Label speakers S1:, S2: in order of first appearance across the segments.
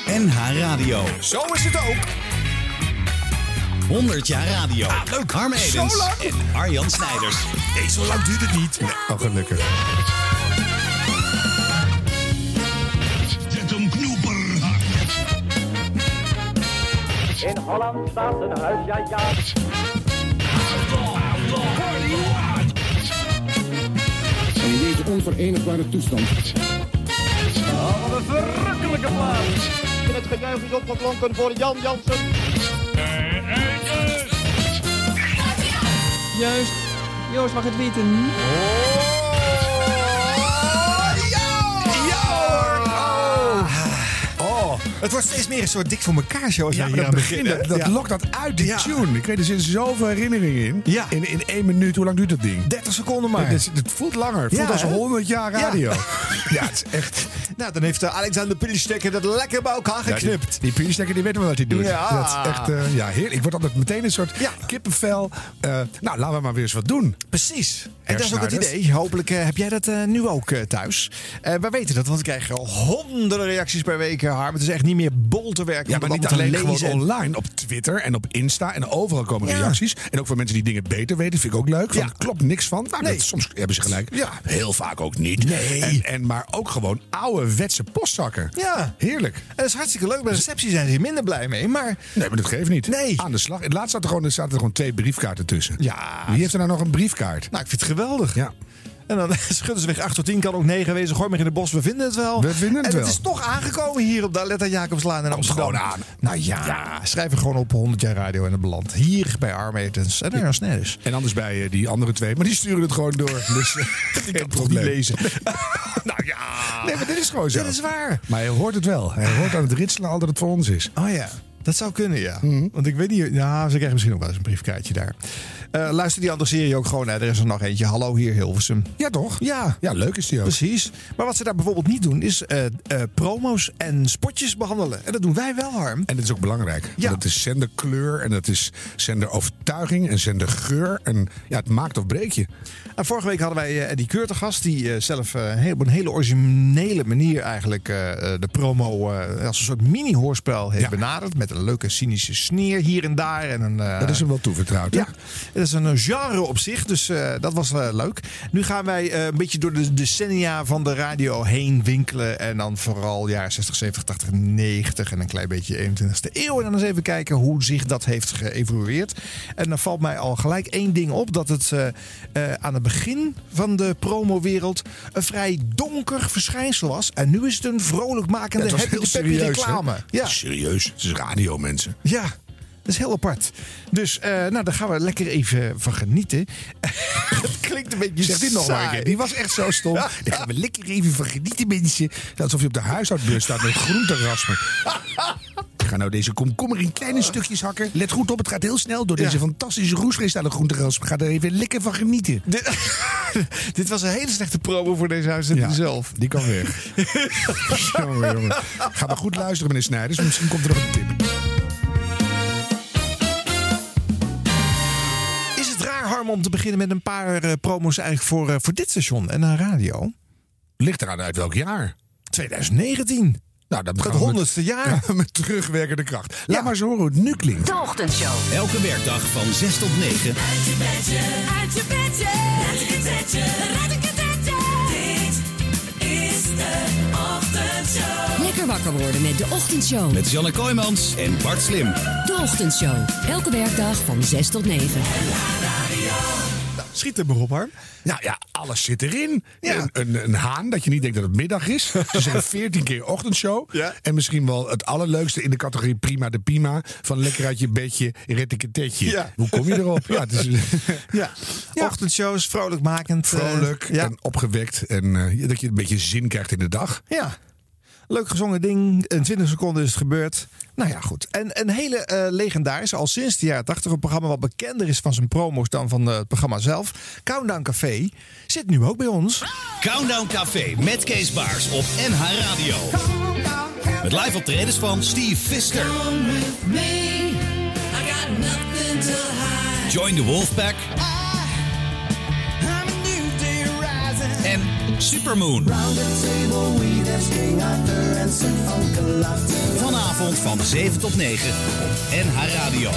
S1: NH Radio.
S2: Zo is het ook.
S1: 100 jaar radio.
S2: Ah, leuk.
S1: Harm Edens
S2: Zo lang?
S1: en Arjan Snijders.
S2: Nee, zo lang duurt het niet.
S3: Nee, oh, gelukkig.
S4: Zet hem knoeper.
S5: In Holland staat een huis, ja.
S6: En in deze onverenigbare toestand.
S5: Oh, wat een verrukkelijke plaats. En het gejuich is opgeklonken voor Jan Jansen.
S7: Juist. Joost mag het weten.
S2: Het wordt steeds meer een soort dik voor elkaar show als
S3: Ja,
S2: wij
S3: maar
S2: hier
S3: dat
S2: aan beginnen.
S3: dat lokt dat uit, die tune. Ik weet, er zitten zoveel herinneringen in.
S2: Ja.
S3: In 1 minuut, hoe lang duurt dat ding?
S2: 30 seconden maar.
S3: Het voelt langer. Het voelt
S2: Ja,
S3: als
S2: hè?
S3: 100 jaar radio. Ja, het is echt...
S2: Nou, dan heeft Alexander Pilistekker dat lekker bij elkaar geknipt.
S3: Die Pilistekker, die weet wel wat hij doet.
S2: Ja.
S3: Dat is echt heerlijk. Ik word altijd meteen een soort kippenvel. Nou, laten we maar weer eens wat doen.
S2: Precies. En dat is ook het
S3: Hersnijders.
S2: idee. Hopelijk heb jij dat nu ook thuis. Wij weten dat, want we krijgen al honderden reacties per week, Harm. Het is echt niet meer bol te werken.
S3: Ja,
S2: om
S3: maar
S2: het
S3: niet
S2: allemaal
S3: alleen
S2: te
S3: gewoon
S2: lezen.
S3: online. Op Twitter en op Insta. En overal komen
S2: Ja.
S3: reacties. En ook voor mensen die dingen beter weten. Vind ik ook leuk. Van,
S2: Ja.
S3: klopt niks van. Nou,
S2: Nee.
S3: soms hebben ze gelijk.
S2: Ja.
S3: Heel vaak ook niet.
S2: Nee.
S3: Maar ook gewoon ouderwetse postzakken.
S2: Ja.
S3: Heerlijk.
S2: En dat is hartstikke leuk. Bij de receptie zijn ze hier minder blij mee. Maar
S3: Nee, maar dat geeft niet.
S2: Nee.
S3: Aan de slag. In het laatst zaten er gewoon 2 briefkaarten tussen.
S2: ja,
S3: Wie heeft er nou nog een briefkaart?
S2: nou, ik vind het geweldig.
S3: Ja.
S2: En dan schudden ze weg 8 tot 10, kan ook 9 wezen. Gooi maar in het bos, we vinden het wel.
S3: We vinden het
S2: en
S3: wel.
S2: het is toch aangekomen hier op de Aletta Jacobslaan in Amsterdam.
S3: gewoon aan.
S2: Nou ja, schrijf er gewoon op 100 jaar radio en het beland. Hier bij Harm Edens en Arjan Snijders.
S3: En anders bij die andere 2. Maar die sturen het gewoon door. Dus
S2: Ik kan
S3: geen
S2: toch niet lezen.
S3: Nou ja. Nee, maar dit is gewoon zo.
S2: Dit is waar.
S3: Maar hij hoort het wel. Hij hoort aan het ritselen al dat het voor ons is.
S2: Oh ja, dat zou kunnen, ja.
S3: Mhm.
S2: Want ik weet niet... Ja, ze krijgen misschien ook wel eens een briefkaartje daar. Luister die andere serie ook gewoon naar. Er is er nog eentje. Hallo hier, Hilversum.
S3: Ja, toch?
S2: Ja,
S3: Ja, leuk is die ook.
S2: precies. Maar wat ze daar bijvoorbeeld niet doen, is promo's en spotjes behandelen. En dat doen wij wel, Harm.
S3: En dat is ook belangrijk.
S2: Ja.
S3: Want het is zenderkleur en dat is zenderovertuiging en zendergeur. En ja, het maakt of breek je.
S2: En vorige week hadden wij Eddie Keur te gast. Die zelf op een hele originele manier eigenlijk de promo als een soort mini-hoorspel heeft benaderd. Met een leuke cynische sneer hier en daar. En
S3: Dat is hem wel toevertrouwd, hè?
S2: ja, het is een genre op zich, dus dat was leuk. Nu gaan wij een beetje door de decennia van de radio heen winkelen. En dan vooral jaren 60, 70, 80, 90 en een klein beetje 21ste eeuw. En dan eens even kijken hoe zich dat heeft geëvolueerd. En dan valt mij al gelijk één ding op. Dat het aan het begin van de promowereld een vrij donker verschijnsel was. En nu is het een vrolijkmakende,
S3: Ja, het was
S2: happy
S3: heel
S2: peppy
S3: serieus,
S2: reclame.
S3: hè?
S2: Ja.
S3: Serieus. Het is radio, mensen.
S2: Ja, dat is heel apart. Dus nou, daar gaan we lekker even van genieten. Het klinkt een beetje
S3: Zeg dit nog maar een keer. Die was echt zo stom. Daar gaan we lekker even van genieten, mensen. Alsof je op de huishoudbeurs staat met groente raspen. Ik ga nou deze komkommer in kleine stukjes hakken. Let goed op, het gaat heel snel. Door deze fantastische roestvleesstalen groenterasp. Ga er even lekker van genieten.
S2: Dit was een hele slechte promo voor deze huiszetting zelf.
S3: Die kan weg. jongen. Ga maar goed luisteren, meneer Snijders. Misschien komt er nog een tip.
S2: Is het raar, Harm, om te beginnen met een paar promo's eigenlijk voor dit station en naar radio?
S3: Ligt eraan uit welk jaar?
S2: 2019.
S3: Nou, dat
S2: Het 100ste jaar.
S3: Ja, met terugwerkende kracht. Laat maar eens horen hoe het nu klinkt.
S8: De Ochtendshow.
S1: Elke werkdag van 6 tot 9.
S8: Uit je bedje. Uit je bedje. Uit je bedje. Uit je bedje. Dit is de Ochtendshow.
S9: Lekker wakker worden met de Ochtendshow.
S1: Met Janne Kooijmans en Bart Slim.
S9: De Ochtendshow. Elke werkdag van 6 tot 9.
S2: Schiet er maar op, Harm.
S3: Nou ja, alles zit erin.
S2: Ja.
S3: Een haan, dat je niet denkt dat het middag is. Ze zeggen 14 keer ochtendshow.
S2: Ja.
S3: En misschien wel het allerleukste in de categorie Prima de Pima. Van lekker uit je bedje, retteketetje.
S2: Ja.
S3: Hoe kom je erop? Ja, het is
S2: Ja. Ochtendshows, vrolijkmakend.
S3: vrolijk
S2: ja.
S3: en opgewekt. En dat je een beetje zin krijgt in de dag.
S2: Ja. Leuk gezongen ding. In 20 seconden is het gebeurd. Nou ja, goed. En een hele legendarische, al sinds de jaren 80, een programma wat bekender is van zijn promo's dan van het programma zelf. Countdown Café zit nu ook bij ons.
S1: Countdown Café met Kees Baars op NH Radio. Met live optredens van Steve Fisker. Join the Wolfpack. En Supermoon. Vanavond Vanavond van 7 tot 9 op NH Radio.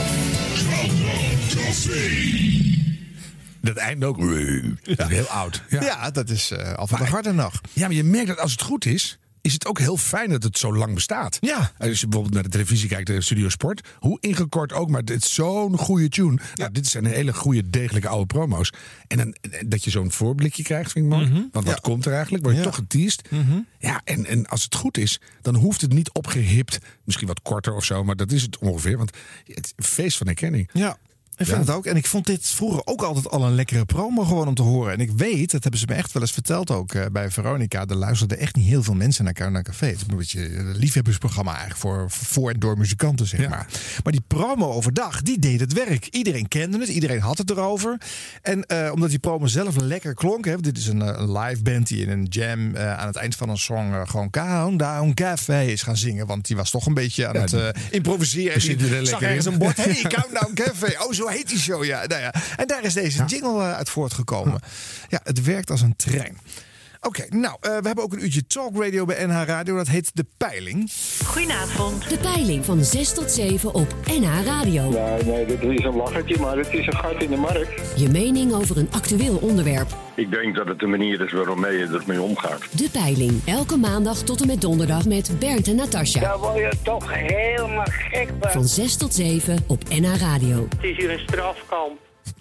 S3: Dat eind ook. Dat is heel oud.
S2: Ja, dat is al van de harde nacht.
S3: Ja, maar je merkt dat als het goed is het ook heel fijn dat het zo lang bestaat.
S2: Ja.
S3: Als je bijvoorbeeld naar de televisie kijkt, de Studio Sport, hoe ingekort ook, maar dit is zo'n goede tune. Ja. Nou, dit zijn hele goede, degelijke oude promo's. En dan, dat je zo'n voorblikje krijgt, vind ik mooi. Want wat komt er eigenlijk? Word je toch geteased? Ja, en als het goed is, dan hoeft het niet opgehipt. Misschien wat korter of zo, maar dat is het ongeveer. Want het is een feest van herkenning.
S2: Ja. Ik vind het ook. En ik vond dit vroeger ook altijd al een lekkere promo gewoon om te horen. En ik weet, dat hebben ze me echt wel eens verteld ook bij Veronica. Er luisterden echt niet heel veel mensen naar Countdown Café. Het is een beetje een liefhebbersprogramma eigenlijk voor en door muzikanten, zeg maar. Maar die promo overdag, die deed het werk. Iedereen kende het, iedereen had het erover. En omdat die promo zelf lekker klonk. Hè, dit is een live band die in een jam aan het eind van een song gewoon Countdown Café is gaan zingen. Want die was toch een beetje aan het improviseren. Die zag ergens een bord. Hey, Countdown Café. Oh, zo heet die show, ja. Nou ja. En daar is deze jingle uit voortgekomen. Ja, het werkt als een trein. Oké, nou, we hebben ook een uurtje talkradio bij NH Radio. Dat heet De Peiling.
S9: Goedenavond. De Peiling van 6 tot 7 op NH Radio.
S4: Nee, dit is een lachertje, maar het is een gat in de markt.
S9: Je mening over een actueel onderwerp.
S4: Ik denk dat het de manier is waarmee je ermee omgaat.
S9: De Peiling, elke maandag tot en met donderdag met Bernd en Natasja.
S10: Daar word je toch helemaal gek van.
S9: Van 6 tot 7 op NH Radio.
S10: Het is hier een strafkamp.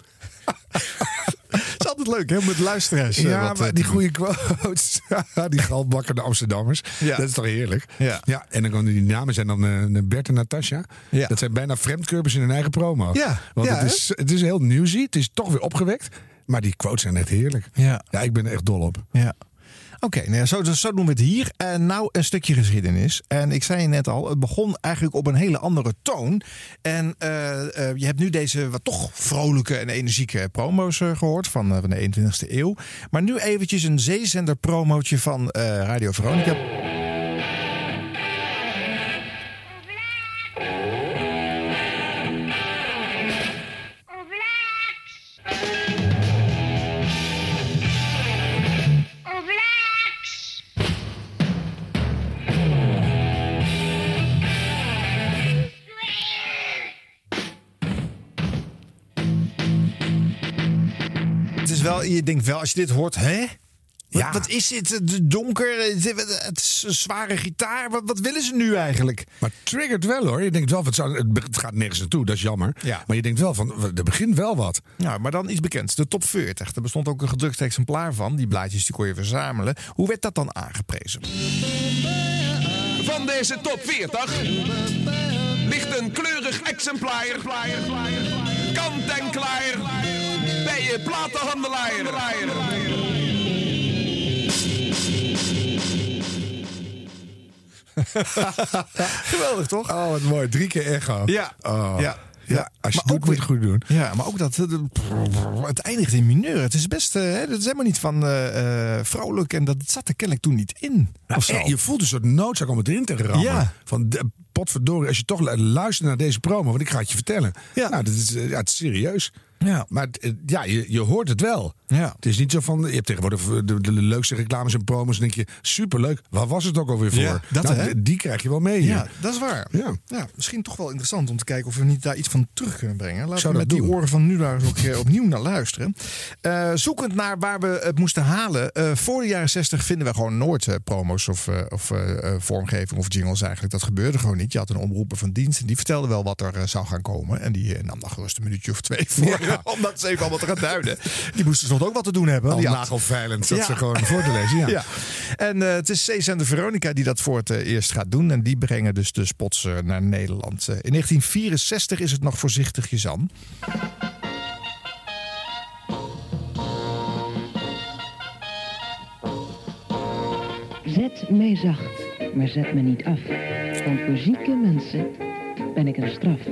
S2: Het is altijd leuk, hè, met luisteraars.
S3: Ja, maar die goede quotes. Die galbakkende Amsterdammers. Ja. Dat is toch heerlijk? Ja. En dan komen die namen zijn dan Bert en Natasja. Ja. Dat zijn bijna vreemdkörpers in hun eigen promo. Ja. Want het is heel newsy. Het is toch weer opgewekt. Maar die quotes zijn echt heerlijk. Ja, ik ben er echt dol op.
S2: Ja. Oké, nou ja, zo doen we het hier. En nou een stukje geschiedenis. En ik zei je net al, het begon eigenlijk op een hele andere toon. En je hebt nu deze wat toch vrolijke en energieke promo's gehoord van de 21ste eeuw. Maar nu eventjes een zeezender promootje van Radio Veronica. Je denkt wel, als je dit hoort, hè? Wat is dit? Donker, het is een zware gitaar. Wat willen ze nu eigenlijk?
S3: Maar triggert wel, hoor. Je denkt wel, het gaat nergens naartoe, dat is jammer. Ja. Maar je denkt wel van, er begint wel wat.
S2: Ja, maar dan iets bekends. De top 40. Er bestond ook een gedrukt exemplaar van. Die blaadjes die kon je verzamelen. Hoe werd dat dan aangeprezen?
S11: Van deze top 40 ligt een kleurig exemplaar. Kant en klaar bij je platenhandelaar.
S2: Geweldig, toch?
S3: Oh, wat mooi. 3 keer echo.
S2: Ja.
S3: Oh. Ja. Als je
S2: maar
S3: het doet, moet je het goed doen.
S2: Ja, maar ook dat het eindigt in mineur. Het is best, dat is helemaal niet van vrolijk. En dat zat er kennelijk toen niet in.
S3: Je voelt een soort noodzaak om het erin te rammen. Ja. Van potverdorie, als je toch luistert naar deze promo, want ik ga het je vertellen. Ja. Nou, het is serieus. Ja. Maar je hoort het wel. Ja. Het is niet zo van, je hebt tegenwoordig de leukste reclames en promos en denk je, superleuk. Waar was het ook alweer voor? Ja, die krijg je wel mee hier.
S2: Ja, dat is waar. Ja, misschien toch wel interessant om te kijken of we niet daar iets van terug kunnen brengen. Laten we met die oren van nu daar ook opnieuw naar luisteren. Zoekend naar waar we het moesten halen. Voor de jaren 60 vinden we gewoon nooit promo's of vormgeving of jingles eigenlijk. Dat gebeurde gewoon niet. Je had een omroeper van dienst en die vertelde wel wat er zou gaan komen. En die nam dan gerust een minuutje of 2 voor. Ja. Om dat eens even allemaal te gaan duiden. Die moesten soms ook wat te doen hebben.
S3: Al nagelveilend zat ze gewoon voor te lezen. Ja.
S2: En het is zeezender Veronica die dat voor het eerst gaat doen. En die brengen dus de spots naar Nederland. In 1964 is het nog voorzichtigjes aan.
S12: Zet mij zacht, maar zet me niet af. Want voor zieke mensen ben ik een straf.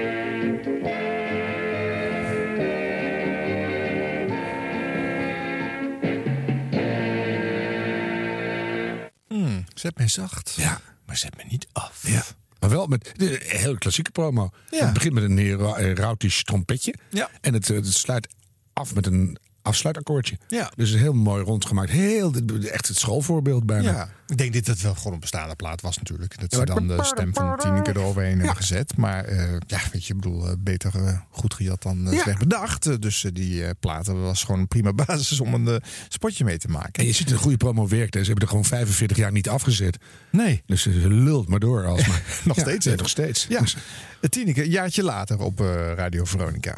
S2: Zet mij zacht, maar zet me niet af.
S3: Ja. Maar wel met een heel klassieke promo. Ja. Het begint met een erotisch trompetje. Ja. En het sluit af met een afsluitakkoordje.
S2: Ja.
S3: Dus heel mooi rondgemaakt. Echt het schoolvoorbeeld bijna.
S2: Ja, ik denk dat het wel gewoon een bestaande plaat was natuurlijk. Dat ze
S3: Ja,
S2: dan de stem van Tineke eroverheen hebben gezet. Maar weet je, ik bedoel, beter goed gejat dan slecht bedacht. Dus die platen was gewoon een prima basis om een spotje mee te maken.
S3: En je ziet een goede promo werkt. Ze hebben er gewoon 45 jaar niet afgezet.
S2: Nee.
S3: Dus ze lult maar door alsmaar.
S2: Nog steeds.
S3: Ja, nog steeds.
S2: Ja.
S3: Dus,
S2: Tineke, een jaartje later op Radio Veronica.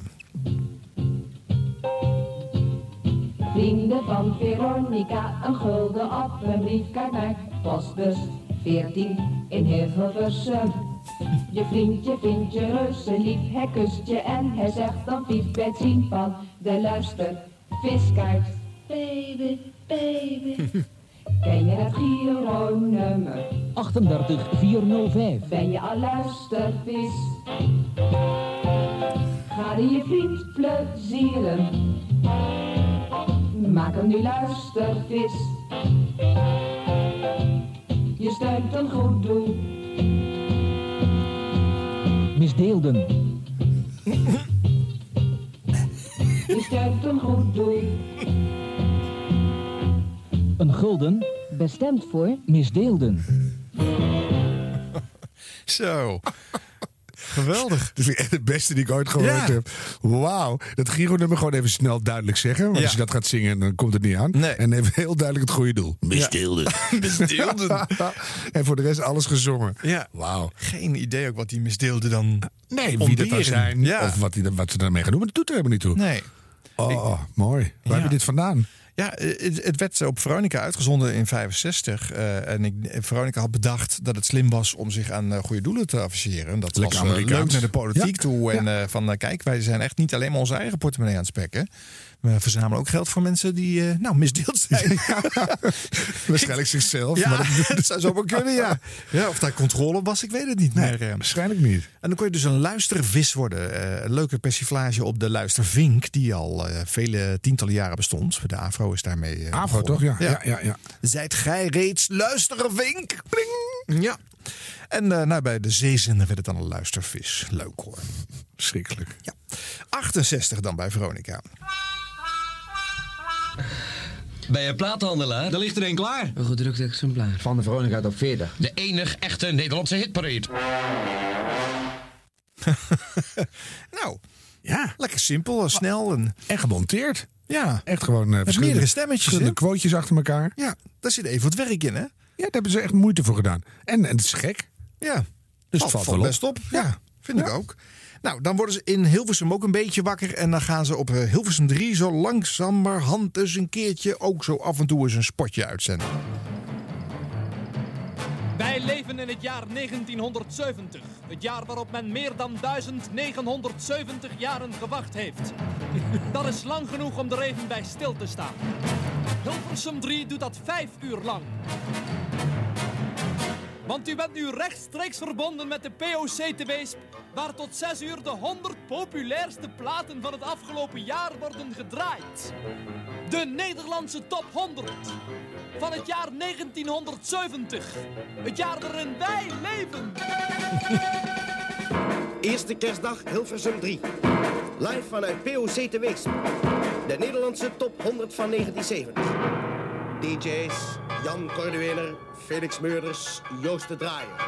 S13: Vrienden van Veronica, een gulden op een briefkaart naar postbus 14 in Hilversum. Je vriendje vindt je reuze lief, hij kust je en hij zegt dan lief bij het zien van de luisterviskaart. Baby, baby. Ken je het Giro-nummer?
S7: 38405.
S13: Ben je al luistervis? Ga je vriend plezieren? Maak hem nu luistervis. Je steunt een goed doel.
S7: Misdeelden.
S13: Je steunt een goed doel.
S7: Een gulden.
S12: Bestemd voor
S7: Misdeelden.
S2: Zo. Geweldig.
S3: Dat vind ik echt de beste die ik ooit gehoord heb. Wauw. Dat Giro-nummer gewoon even snel duidelijk zeggen. Want als je dat gaat zingen, dan komt het niet aan.
S2: Nee.
S3: En even heel duidelijk het goede doel. Misdeelden.
S2: Misdeelden.
S3: En voor de rest alles gezongen.
S2: Ja.
S3: Wauw.
S2: Geen idee ook wat die misdeelden dan
S3: Nee, wie dat dan zijn.
S2: Ja.
S3: Of wat ze daarmee gaan doen. Maar dat doet er helemaal niet toe.
S2: Nee.
S3: Mooi. Waar heb je dit vandaan?
S2: Ja, het werd op Veronica uitgezonden in 65. Veronica had bedacht dat het slim was om zich aan goede doelen te afficheren. Dat
S3: Lekker
S2: was leuk
S3: Amerikaans.
S2: naar de politiek toe. En kijk, wij zijn echt niet alleen maar onze eigen portemonnee aan het spekken. We verzamelen ook geld voor mensen die misdeeld zijn.
S3: Waarschijnlijk zichzelf.
S2: Ja,
S3: Maar
S2: dat zou zomaar kunnen, ja. Of daar controle was, ik weet het niet meer.
S3: waarschijnlijk niet.
S2: En dan kon je dus een luistervis worden. Een leuke persiflage op de luistervink, die al vele tientallen jaren bestond. De AVRO is daarmee
S3: AVRO toch? Ja.
S2: Zijt gij reeds luistervink? Pling! Ja. En bij de zeezender werd het dan een luistervis. Leuk hoor.
S3: Schrikkelijk.
S2: Ja. 68 dan bij Veronica.
S1: Bij een platenhandelaar, daar ligt er een klaar.
S7: Een gedrukt exemplaar.
S14: Van de Veronica Top 40.
S1: De enig echte Nederlandse hitparade.
S2: Nou,
S3: ja.
S2: Lekker simpel, snel en
S3: gemonteerd.
S2: Ja.
S3: Echt gewoon
S2: meerdere stemmetjes.
S3: Verschillende quotejes achter elkaar.
S2: Ja, daar zit even wat werk in, hè?
S3: Ja, daar hebben ze echt moeite voor gedaan. En het is gek.
S2: Ja.
S3: Dus het valt wel
S2: best op. Ja, vind ik ook. Nou, dan worden ze in Hilversum ook een beetje wakker. En dan gaan ze op Hilversum 3 zo langzamerhand eens een keertje ook zo af en toe eens een spotje uitzenden.
S15: Wij leven in het jaar 1970. Het jaar waarop men meer dan 1970 jaren gewacht heeft. Dat is lang genoeg om er even bij stil te staan. Hilversum 3 doet dat 5 uur lang. Want u bent nu rechtstreeks verbonden met de POC te Weesp, waar tot 6 uur de 100 populairste platen van het afgelopen jaar worden gedraaid. De Nederlandse top 100 van het jaar 1970. Het jaar waarin wij leven.
S5: Eerste kerstdag Hilversum 3. Live vanuit POC te Weesp. De Nederlandse top 100 van 1970. DJ's Jan Corduener, Felix Meurders, Joost de Draaier.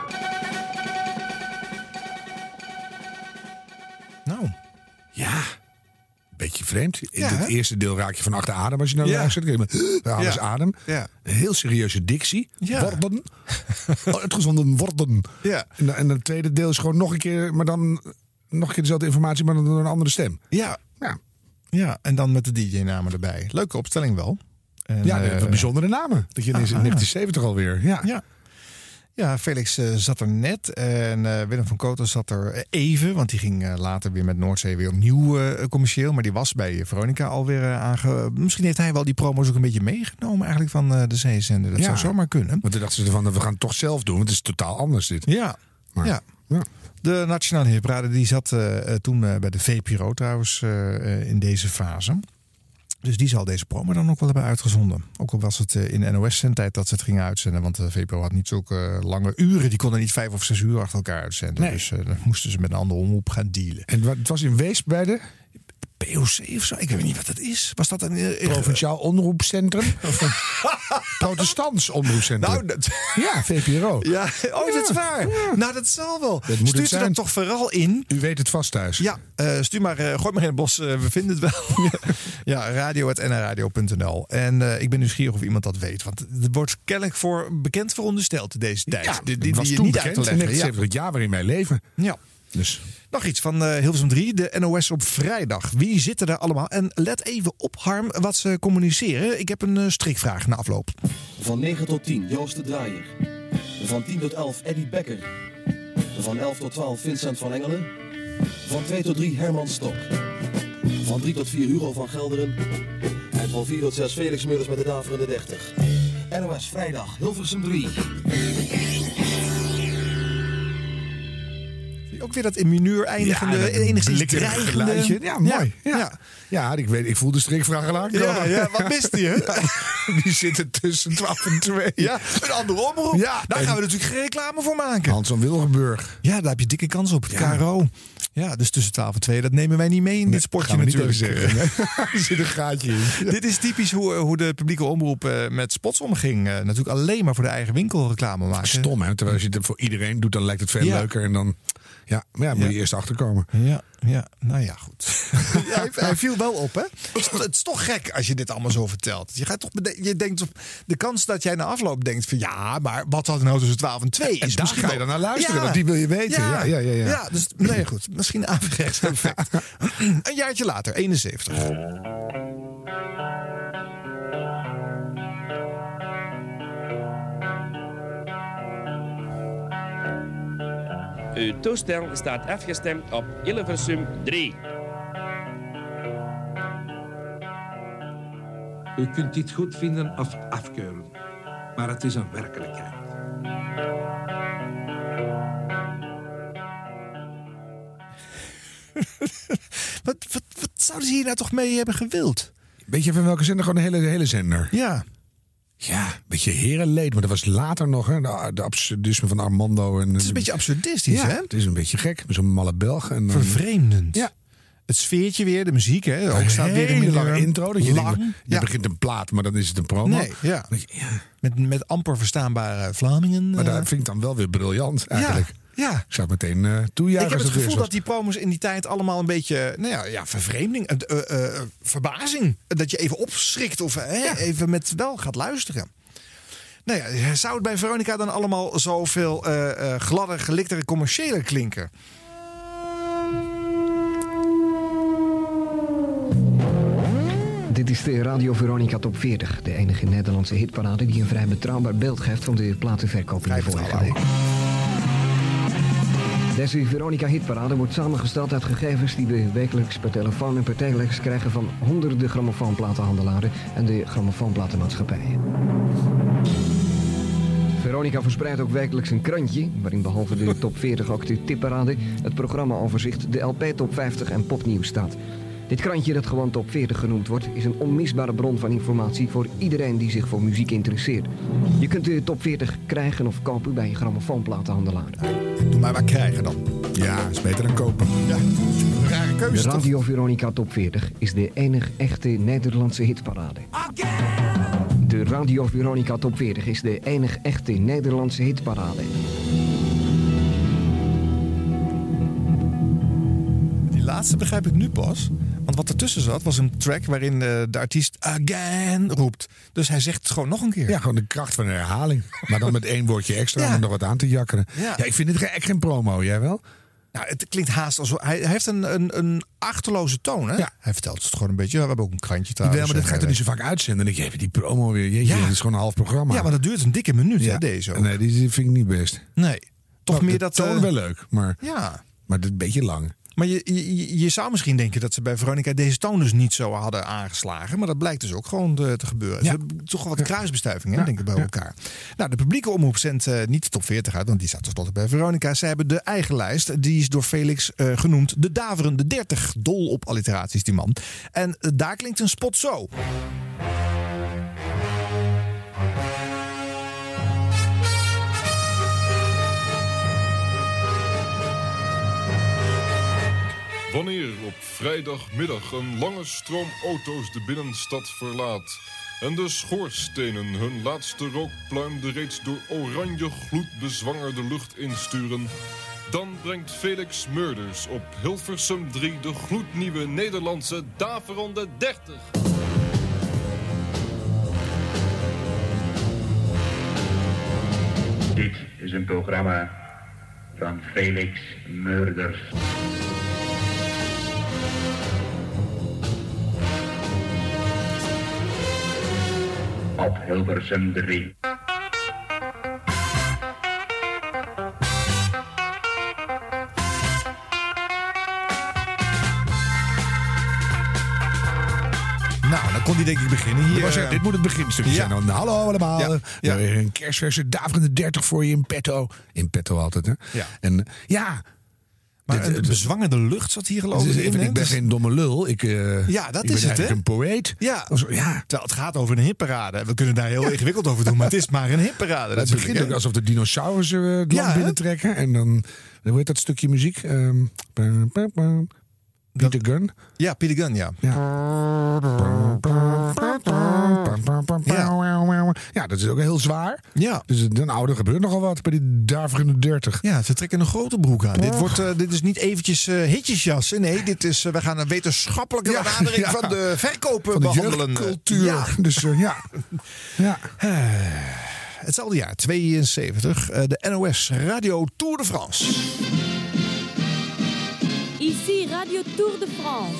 S2: Nou,
S3: ja. Beetje vreemd. In het eerste deel raak je van achter adem als je naar luistert. Alles adem.
S2: Ja.
S3: Een heel serieuze dictie.
S2: Ja.
S3: Worden. Uitgezonden worden.
S2: Ja.
S3: En het tweede deel is gewoon nog een keer, maar dan nog een keer dezelfde informatie, maar dan door een andere stem.
S2: Ja. Ja, en dan met de DJ-namen erbij. Leuke opstelling wel. En,
S3: wat bijzondere namen. Dat je in 1970 alweer.
S2: Ja, Felix zat er net. En Willem van Kooten zat er even. Want die ging later weer met Noordzee weer opnieuw commercieel. Maar die was bij Veronica alweer Misschien heeft hij wel die promo's ook een beetje meegenomen eigenlijk van de zeezender. Dat zou zomaar kunnen.
S3: Want toen dachten ze van, we gaan het toch zelf doen. Want het is totaal anders dit.
S2: Ja. De Nationale Hitparade die zat toen bij de VPRO trouwens in deze fase. Dus die zal deze promo dan ook wel hebben uitgezonden. Ook al was het in NOS-zendtijd dat ze het gingen uitzenden. Want de VPRO had niet zulke lange uren. Die konden niet 5 of 6 uur achter elkaar uitzenden. Nee. Dus dan moesten ze met een andere omroep gaan dealen.
S3: En het was in Weesp bij de?
S2: POC of zo? Ik weet niet wat dat is. Was dat een...
S3: Provinciaal Omroepcentrum? Of een protestants omroepcentrum?
S2: Nou, dat...
S3: Ja, VPRO.
S2: Ja, is het waar? Ja. Nou, dat zal wel. Stuurt u dat toch vooral in?
S3: U weet het vast thuis.
S2: Ja, stuur maar, gooi maar in het bos. We vinden het wel. Ja, radio@nradio.nl. En ik ben nieuwsgierig of iemand dat weet. Want het wordt kennelijk bekend verondersteld deze tijd.
S3: Ja,
S2: die
S3: was
S2: je
S3: toen
S2: niet
S3: bekend.
S2: uit te leggen.
S3: 79 het jaar waarin wij leven.
S2: Ja.
S3: Dus...
S2: Nog iets van Hilversum 3, de NOS op vrijdag. Wie zitten er allemaal? En let even op, Harm, wat ze communiceren. Ik heb een strikvraag na afloop.
S14: Van 9 tot 10 Joost de Draaier. Van 10 tot 11 Eddie Becker. Van 11 tot 12 Vincent van Engelen. Van 2 tot 3 Herman Stok. Van 3 tot 4 Hugo van Gelderen. En van 4 tot 6 Felix Meurders met de daverende 30. NOS vrijdag Hilversum 3.
S2: Ook weer dat in minuur eindigende, enigszins dreigende
S3: geluidje. Ja, mooi. Ja, ik voel de strikvraag al aankomen.
S2: Ja, wat mist hij, hè?
S3: Die zitten tussen 12 en 2.
S2: Ja, een andere omroep. Ja, daar gaan we natuurlijk geen reclame voor maken.
S3: Hans van Wilgenburg.
S2: Ja, daar heb je dikke kans op. KRO. Ja, dus tussen 12 en 2, dat nemen wij niet mee in dit sportje natuurlijk.
S3: Zeggen, er zit een gaatje in.
S2: Dit is typisch hoe de publieke omroep met spots omging. Natuurlijk alleen maar voor de eigen winkel reclame maken.
S3: Stom, hè? Terwijl als je het voor iedereen doet, dan lijkt het veel leuker. En dan... Ja, maar moet je eerst achterkomen.
S2: Ja, nou ja, goed. Hij viel wel op, hè? Het is toch gek als je dit allemaal zo vertelt. Je denkt op de kans dat jij na afloop denkt van ja, maar wat had nou tussen 12 en 2 is.
S3: Daar ga je dan naar luisteren, want die wil je weten. Ja,
S2: dus nee, goed. Misschien averechts effect. Een jaartje later, 71.
S16: Uw toestel staat afgestemd op Hilversum 3.
S17: U kunt dit goed vinden of afkeuren, maar het is een werkelijkheid.
S2: Wat zouden ze hier nou toch mee hebben gewild?
S3: Weet je van welke zender? Gewoon de hele zender.
S2: Ja.
S3: Ja, een beetje herenleed, maar dat was later nog, hè? De absurdisme van Armando. En,
S2: het is een beetje absurdistisch, hè?
S3: Het is een beetje gek, met zo'n malle Belg. En,
S2: vervreemdend.
S3: Ja.
S2: Het sfeertje weer, de muziek, hè? Ook staat weer in
S3: een lange intro. Dat je
S2: lang.
S3: Denkt, je begint een plaat, maar dan is het een promo.
S2: Nee, ja. Met amper verstaanbare Vlamingen.
S3: Maar dat vind ik dan wel weer briljant, eigenlijk.
S2: Ja.
S3: Ik zou het meteen toejuichen.
S2: Ik heb het gevoel dat die promos in die tijd allemaal een beetje, vervreemding, verbazing. Dat je even opschrikt of even met wel gaat luisteren. Nou ja, zou het bij Veronica dan allemaal zoveel gladder, geliktere, commerciëler klinken?
S18: Dit is de Radio Veronica Top 40. De enige Nederlandse hitparade die een vrij betrouwbaar beeld geeft van de platenverkoop in de vorige week. Deze Veronica Hitparade wordt samengesteld uit gegevens die we wekelijks per telefoon en per telex krijgen van honderden grammofoonplatenhandelaren en de grammofoonplatenmaatschappijen. Veronica verspreidt ook wekelijks een krantje, waarin behalve de top 40 ook de tipparade, het programmaoverzicht, de LP top 50 en popnieuws staat. Dit krantje, dat gewoon top 40 genoemd wordt, is een onmisbare bron van informatie voor iedereen die zich voor muziek interesseert. Je kunt de top 40 krijgen of kopen bij grammofoonplatenhandelaren.
S2: Doe maar krijgen dan.
S3: Ja, is beter dan kopen.
S2: Ja, een rare keuze.
S18: De Radio Veronica Top 40 is de enige echte Nederlandse hitparade. De Radio Veronica Top 40 is de enige echte Nederlandse hitparade.
S2: Die laatste begrijp ik nu pas. Want wat ertussen zat was een track waarin de artiest again roept. Dus hij zegt het gewoon nog een keer.
S3: Ja, gewoon de kracht van de herhaling. Maar dan met 1 woordje extra om er nog wat aan te jakkeren. Ja, ik vind het echt geen promo. Jij wel?
S2: Nou, het klinkt haast alsof hij heeft een achterloze toon. Hè? Ja. Hij vertelt het gewoon een beetje. We hebben ook een krantje trouwens.
S3: Ja, maar dat gaat er niet zo vaak uitzenden. Dan denk je, die promo weer. Jeetje, dat is gewoon een half programma.
S2: Ja, maar dat duurt een dikke minuut, hè, deze ook.
S3: Nee, die vind ik niet best.
S2: Nee. Toch
S3: nou,
S2: meer
S3: de
S2: dat...
S3: toon wel leuk, maar,
S2: ja.
S3: Maar het is een beetje lang.
S2: Maar je zou misschien denken dat ze bij Veronica deze toon dus niet zo hadden aangeslagen. Maar dat blijkt dus ook gewoon te gebeuren. Ze hebben toch wel wat kruisbestuivingen, denk ik, bij elkaar. Nou, de publieke omroep zendt niet de top 40 uit, want die staat tenslotte bij Veronica. Ze hebben de eigen lijst. Die is door Felix genoemd de daverende 30. Dol op alliteraties, die man. En daar klinkt een spot zo.
S19: Wanneer op vrijdagmiddag een lange stroom auto's de binnenstad verlaat en de schoorstenen hun laatste rookpluim de reeds door oranje gloed bezwangerde lucht insturen, dan brengt Felix Murders op Hilversum 3 de gloednieuwe Nederlandse daverende 30.
S20: Dit is een programma van Felix Murders. Op Hilversum 3.
S2: Nou, dan kon hij denk ik beginnen hier.
S3: Dit moet het beginstukje zijn. Dan. Hallo allemaal.
S2: Ja.
S3: Weer een kerstverse daverende 30 voor je in petto. In petto altijd, hè?
S2: Ja.
S3: En ja...
S2: Maar een bezwangerde lucht zat hier geloof ik in.
S3: Ik ben geen domme lul.
S2: Dat
S3: ik
S2: is
S3: ben
S2: het, hè?
S3: een poëet.
S2: Ja. Terwijl het gaat over een hitparade. We kunnen daar heel ingewikkeld over doen, maar het is maar een hitparade.
S3: Het begint ook alsof de dinosaurussen het land binnentrekken. En dan, hoe heet dat stukje muziek? Peter Gunn.
S2: Ja, Peter Gunn, ja.
S3: Ja, dat is ook heel zwaar.
S2: Ja.
S3: Dus er gebeurt nogal wat bij die daverende 30.
S2: Ja, ze trekken een grote broek aan. Dit is niet eventjes hitjesjassen. Nee, we gaan een wetenschappelijke benadering van de verkopen
S3: van de
S2: behandelen.
S3: Jeugdcultuur.
S2: Ja.
S3: Dus ja.
S2: Hetzelfde jaar, 72. De NOS Radio Tour de France.
S21: Ici Radio Tour de France.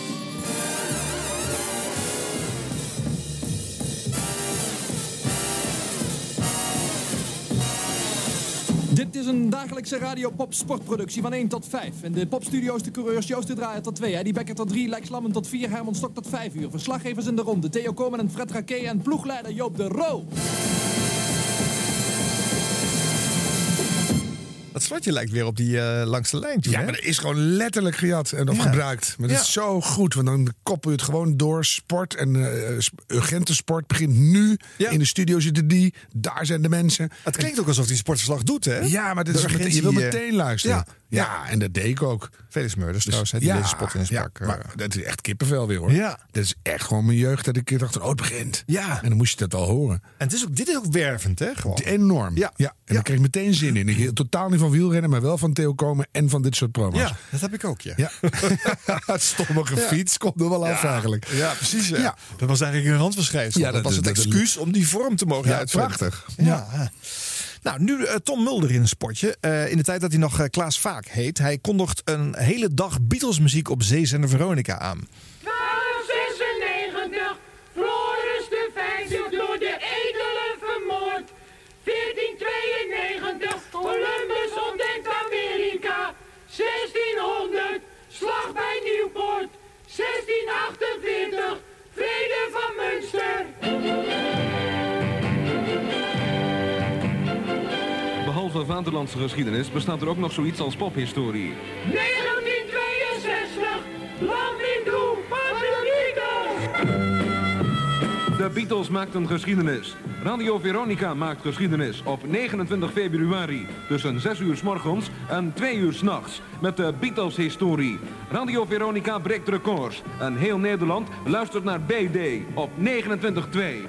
S15: Dit is een dagelijkse radio-pop sportproductie van 1 tot 5. In de popstudio's de coureurs Joost de Draaier tot 2, Eddie Becker tot 3, Lex Lammen tot 4, Herman Stok tot 5 uur. Verslaggevers in de ronde, Theo Komen en Fred Raquet en ploegleider Joop de Roo.
S2: Dat slotje lijkt weer op die langste lijntje.
S3: Ja, maar dat is gewoon letterlijk gejat en gebruikt. Maar dat is zo goed, want dan koppel je het gewoon door. Sport en urgentensport begint nu. Ja. In de studio zitten die, daar zijn de mensen.
S2: Het klinkt ook alsof hij sportverslag doet, hè?
S3: Ja, maar je wil meteen luisteren. Ja, en dat deed ik ook.
S2: Felix Murders trouwens, die deze spot in zijn pak.
S3: Maar dat is echt kippenvel weer, hoor.
S2: Ja.
S3: Dat is echt gewoon mijn jeugd dat ik dacht, het begint.
S2: Ja.
S3: En dan moest je dat al horen.
S2: En dit is ook wervend, hè? Gewoon.
S3: Enorm. Ja. En daar kreeg ik meteen zin in. Ik totaal niet van wielrennen, maar wel van Theo Komen en van dit soort programma's.
S2: Ja, dat heb ik ook, ja.
S3: Het stommige fiets komt er wel af eigenlijk.
S2: Ja, precies. Ja. Dat was eigenlijk een randverschijnsel.
S3: Ja,
S2: dat was het excuus om die vorm te mogen uitvinden.
S3: Prachtig.
S2: Ja. Nou, nu Tom Mulder in een spotje. In de tijd dat hij nog Klaas Vaak heet. Hij kondigt een hele dag Beatles-muziek op Zeezender Veronica aan.
S8: 1296, Floris de Vijfde door de edelen vermoord. 1492, Columbus ontdekt Amerika. 1600, slag bij Nieuwpoort. 1648, vrede van Münster.
S22: Behalve vaderlandse geschiedenis bestaat er ook nog zoiets als pophistorie.
S8: 1962, land in bloem van de Beatles.
S22: De Beatles maakten geschiedenis. Radio Veronica maakt geschiedenis op 29 februari tussen 6 uur 's morgens en 2 uur 's nachts met de Beatles-historie. Radio Veronica breekt records en heel Nederland luistert naar B-Day op 29/2.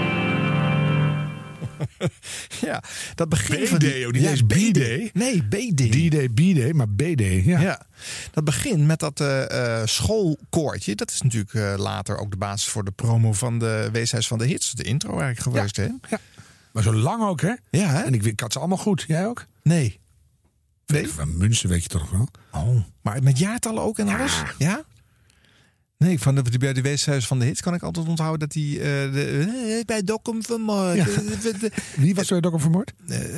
S2: Ja, dat begin van
S3: B-Day, die is B-Day.
S2: Nee, B-Day.
S3: D-Day, B-Day, maar B-Day, ja.
S2: Dat begint met dat schoolkoortje. Dat is natuurlijk later ook de basis voor de promo van de Weeshuis van de Hits. De intro eigenlijk geweest, hè?
S3: Ja. Maar zo lang ook, hè?
S2: Ja, hè?
S3: En ik had ze allemaal goed. Jij ook?
S2: Nee.
S3: Van Münster weet je toch wel?
S2: Oh, maar met jaartallen ook en alles? Ja? Nee, bij de Weeshuis van de Hits kan ik altijd onthouden dat hij bij Dokkum vermoord. Ja.
S3: Wie was bij Dokkum vermoord?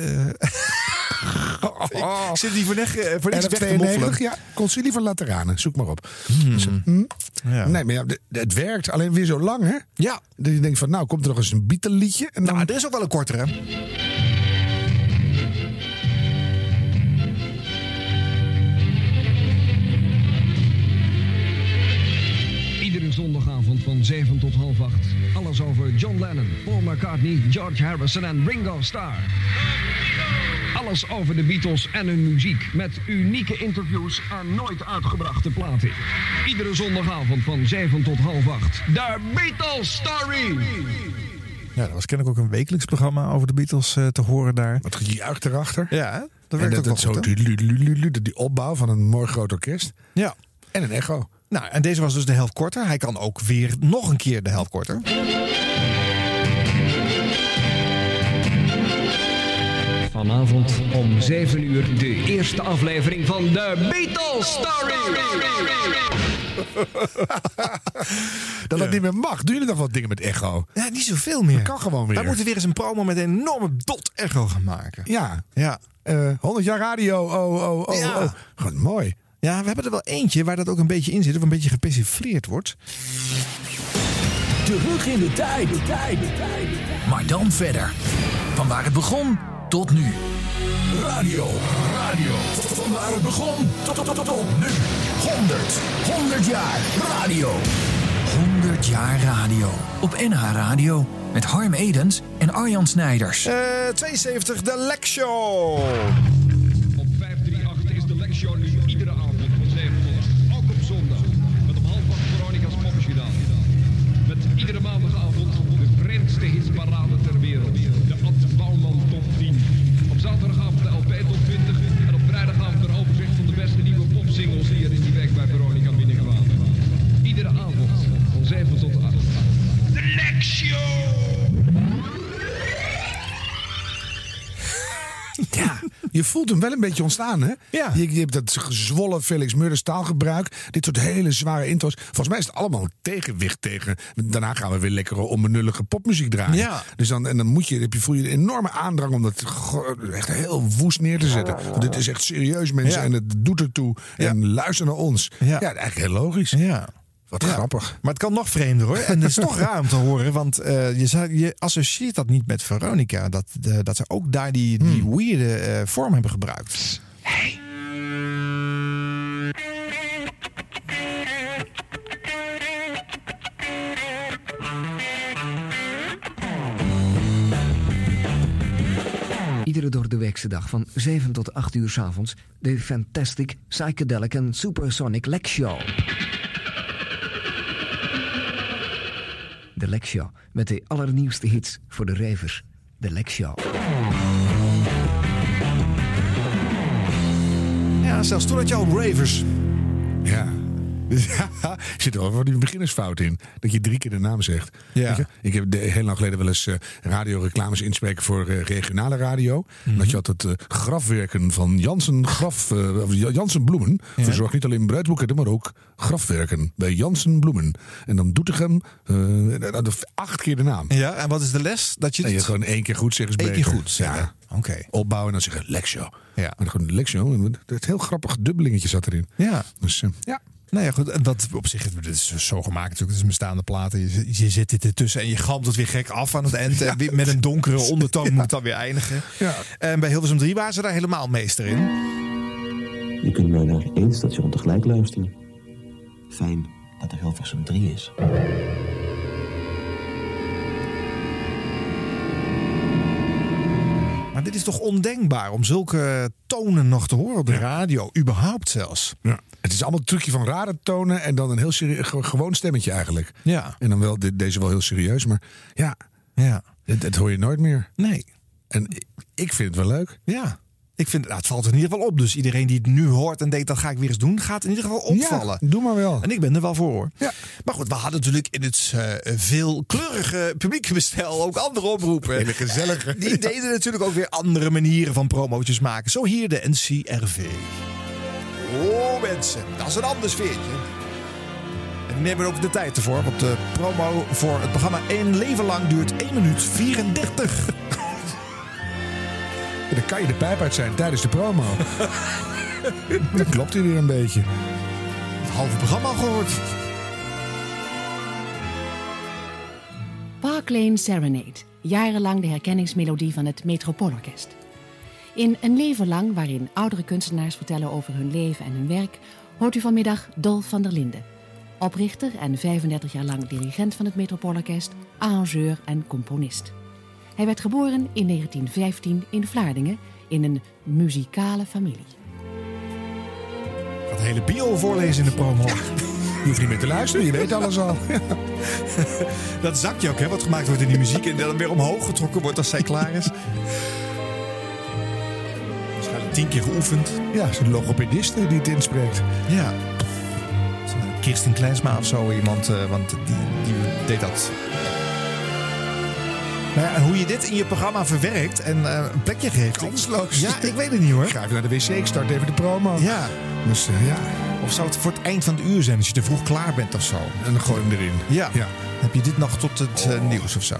S2: Ik zit die voor niks weg te moffelen.
S3: Ja, Concilie van Lateranen, zoek maar op.
S2: Ja.
S3: Nee, maar het werkt alleen weer zo lang, hè?
S2: Ja.
S3: Dat je denkt van, nou, komt er nog eens een Beatle-liedje? En dan...
S2: Nou, er is ook wel een kortere.
S18: Iedere zondagavond van 7 tot half 8. Alles over John Lennon, Paul McCartney, George Harrison en Ringo Starr. Alles over de Beatles en hun muziek. Met unieke interviews en nooit uitgebrachte platen. Iedere zondagavond van 7 tot half 8. De Beatles Story!
S2: Ja, dat was kennelijk ook een wekelijks programma over de Beatles te horen daar.
S3: Wat gejuich erachter.
S2: Ja, dat werkt ook wel
S3: zo
S2: goed,
S3: die opbouw van een mooi groot orkest.
S2: Ja.
S3: En een echo.
S2: Nou, en deze was dus de helft korter. Hij kan ook weer nog een keer de helft korter.
S18: Vanavond om 7 uur de eerste aflevering van de Beatles Story.
S3: Dat niet meer mag. Doen jullie nog wat dingen met echo?
S2: Ja, niet zoveel meer.
S3: Dat kan gewoon weer.
S2: Wij moeten weer eens een promo met een enorme dot echo gaan maken.
S3: Ja.
S2: Ja.
S3: 100 jaar radio. Oh. Gewoon mooi.
S2: Ja, we hebben er wel eentje waar dat ook een beetje in zit. Of een beetje gepersifleerd wordt.
S1: Terug in de tijd. Maar dan verder. Van waar het begon tot nu. Radio. Van waar het begon tot nu. 100 jaar radio. 100 jaar radio. Op NH Radio. Met Harm Edens en Arjan Snijders.
S2: 72, de Lek Show.
S22: Op 538 is de Lek Show nu iedere avond van 7 tot 8. Ook op zondag. Met om half 8 Veronica's Popjournaal. Met iedere maandagavond de vreemdste hitsparade ter wereld. De Ad Bouwman Top 10. Op zaterdagavond de LP Top 20. En op vrijdagavond een overzicht van de beste nieuwe popsingles die er in die week bij Veronica binnengegaan. Iedere avond van 7 tot 8. De Lek Show!
S3: Ja, je voelt hem wel een beetje ontstaan, hè?
S2: Ja.
S3: Je hebt dat gezwollen Felix Meurders taalgebruik. Dit soort hele zware intro's. Volgens mij is het allemaal een tegenwicht tegen. Daarna gaan we weer lekkere onbenullige popmuziek draaien.
S2: Ja.
S3: Dus dan voel je een enorme aandrang om dat echt heel woest neer te zetten. Want dit is echt serieus, mensen.
S2: Ja.
S3: En het doet ertoe.
S2: Ja.
S3: En luister naar ons. Ja, eigenlijk heel logisch.
S2: Ja.
S3: Wat grappig.
S2: Maar het kan nog vreemder, hoor. En het is toch raar om te horen. Want je associeert dat niet met Veronica. Dat ze ook daar die weirde vorm hebben gebruikt. Hey.
S18: Iedere doordeweekse dag van 7 tot 8 uur 's avonds de Fantastic, Psychedelic en Supersonic Lek Show. De Lek Show met de allernieuwste hits voor de ravers. De Lek Show.
S2: Ja, zelfs toen had je al ravers.
S3: Ja. Ja, er zit wel voor die beginnersfout in. Dat je 3 keer de naam zegt.
S2: Ja.
S3: Ik heb heel lang geleden wel eens radioreclames inspreken voor regionale radio. Dat je had het grafwerken van Jansen Bloemen.
S2: Ja.
S3: Verzorgt niet alleen bruidboeken, maar ook grafwerken bij Jansen Bloemen. En dan Doetinchem 8 keer de naam.
S2: Ja, en wat is de les? Dat je
S3: En je gewoon 1 keer goed zeggen is beter.
S2: 1 keer goed zeggen.
S3: Ja.
S2: Oké.
S3: Opbouwen en dan zeggen Lek Show.
S2: Ja.
S3: Maar gewoon Lek Show. Het heel grappig dubbelingetje zat erin.
S2: Ja.
S3: Dus ja.
S2: Nou ja, goed. En dat op zich, dit is zo gemaakt natuurlijk. Het is een bestaande platen. Je zet dit ertussen en je galmt het weer gek af aan het eind. En met een donkere ondertoon moet het dan weer eindigen.
S3: Ja.
S2: En bij Hilversum 3 waren ze daar helemaal meester in.
S4: Je kunt maar naar 1 station tegelijk luisteren. Fijn dat er Hilversum 3 is.
S2: Maar dit is toch ondenkbaar om zulke tonen nog te horen op de radio. Überhaupt zelfs.
S3: Ja. Het is allemaal een trucje van rare tonen en dan een heel gewoon stemmetje eigenlijk.
S2: Ja.
S3: En dan wel deze wel heel serieus, maar ja. Het hoor je nooit meer.
S2: Nee.
S3: En ik vind het wel leuk.
S2: Ja. Ik vind, het valt er in ieder geval op. Dus iedereen die het nu hoort en denkt, dat ga ik weer eens doen, gaat in ieder geval opvallen.
S3: Ja, doe maar wel.
S2: En ik ben er wel voor, hoor.
S3: Ja.
S2: Maar goed, we hadden natuurlijk in het veelkleurige publiekbestel ook andere oproepen.
S3: Hele gezellige.
S2: Die deden natuurlijk ook weer andere manieren van promootjes maken. Zo hier de NCRV. Oh mensen, dat is een ander sfeertje. En die nemen we ook de tijd ervoor. Want de promo voor het programma 1 leven lang duurt 1 minuut 34.
S3: En dan kan je de pijp uit zijn tijdens de promo. Dat klopt hier weer een beetje.
S2: Het halve programma al gehoord.
S6: Park Lane Serenade. Jarenlang de herkenningsmelodie van het Metropoolorkest. In Een leven lang, waarin oudere kunstenaars vertellen over hun leven en hun werk, hoort u vanmiddag Dolf van der Linden. Oprichter en 35 jaar lang dirigent van het Metropoolorkest, arrangeur en componist. Hij werd geboren in 1915 in Vlaardingen in een muzikale familie.
S2: Ik ga de hele bio voorlezen in de promo.
S3: Ja, je hoeft niet meer te luisteren, je weet alles al.
S2: Dat zakje ook, hè, wat gemaakt wordt in die muziek en dan weer omhoog getrokken wordt als zij klaar is. Waarschijnlijk 10 keer geoefend.
S3: Ja, het is een logopediste die het inspreekt.
S2: Ja. Kirsten Kleinsma of zo iemand, want die deed dat. Nou ja, en hoe je dit in je programma verwerkt en een plekje geeft.
S3: Kansloos.
S2: Ja, ik weet het niet hoor.
S3: Ik ga even naar de wc, ik start even de promo.
S2: Ja.
S3: Dus ja.
S2: Of zou het voor het eind van het uur zijn als je te vroeg klaar bent of zo?
S3: En dan gooi je hem erin.
S2: Ja. Heb je dit nog tot het nieuws of zo?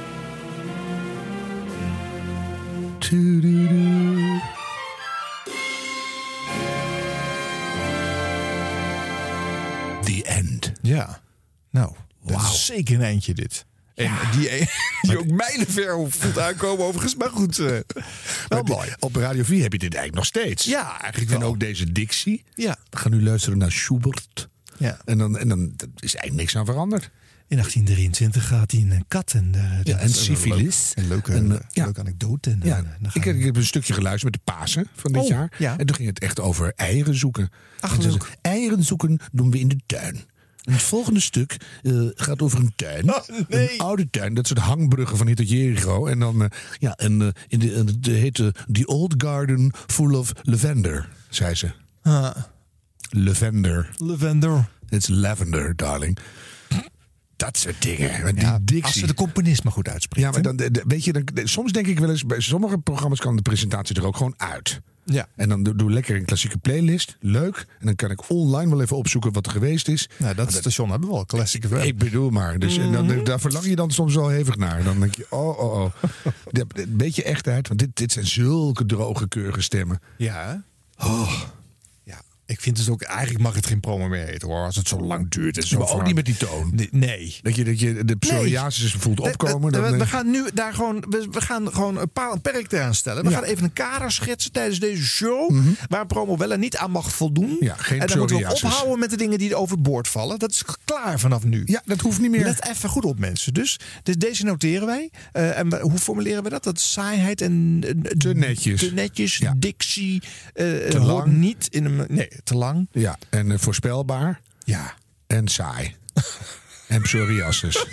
S3: The end.
S2: Ja. Nou, dat is zeker een eindje dit. En die ook mijlenver voelt aankomen overigens. Maar goed, wel mooi.
S3: Op Radio 4 heb je dit eigenlijk nog steeds.
S2: Ja, eigenlijk wel.
S3: En ook deze dictie.
S2: Ja.
S3: We gaan nu luisteren naar Schubert.
S2: Ja.
S3: En dan is eigenlijk niks aan veranderd.
S2: In 1823 gaat hij een kat en
S3: syfilis.
S2: Een leuke anekdote.
S3: Ik heb een stukje geluisterd met de Pasen van dit jaar.
S2: Ja.
S3: En toen ging het echt over eieren zoeken.
S2: Ach, leuk.
S3: Eieren zoeken doen we in de tuin. En het volgende stuk gaat over een tuin. Een oude tuin. Dat soort hangbruggen van hier tot Jericho. En dan, het heette The Old Garden Full of Lavender, zei ze. Lavender. It's lavender, darling. Dat soort dingen. Die
S2: als ze de componist maar goed uitspreekt.
S3: Ja, maar dan, weet je, soms denk ik wel eens, bij sommige programma's kan de presentatie er ook gewoon uit.
S2: Ja.
S3: En dan doe ik lekker een klassieke playlist. Leuk. En dan kan ik online wel even opzoeken wat er geweest is.
S2: Nou, dat station hebben we wel. Klassieke film.
S3: Ik bedoel maar. Dus, en daar verlang je dan soms wel hevig naar. Dan denk je, oh. Een beetje echtheid. Want dit zijn zulke droge, keurige stemmen.
S2: Ja. Ik vind het ook, eigenlijk mag het geen promo meer heten hoor. Als het zo lang duurt. En zo
S3: maar ook niet met die toon.
S2: Nee.
S3: Dat je de psoriasis voelt opkomen.
S2: We gaan nu daar gewoon, we gaan gewoon een perk eraan stellen. We gaan even een kader schetsen tijdens deze show. Waar promo wel en niet aan mag voldoen.
S3: Ja, geen
S2: en dan moeten we
S3: psoriasis.
S2: ophouden met de dingen die overboord vallen. Dat is klaar vanaf nu.
S3: Ja, dat hoeft niet meer.
S2: Let even goed op mensen. Dus deze noteren wij. En hoe formuleren we dat? Dat saaiheid en...
S3: Te netjes.
S2: Ja. Dictie.
S3: Te
S2: hoort
S3: lang.
S2: niet in een... Nee, te lang.
S3: Ja, en voorspelbaar.
S2: Ja.
S3: En saai. En psoriasis.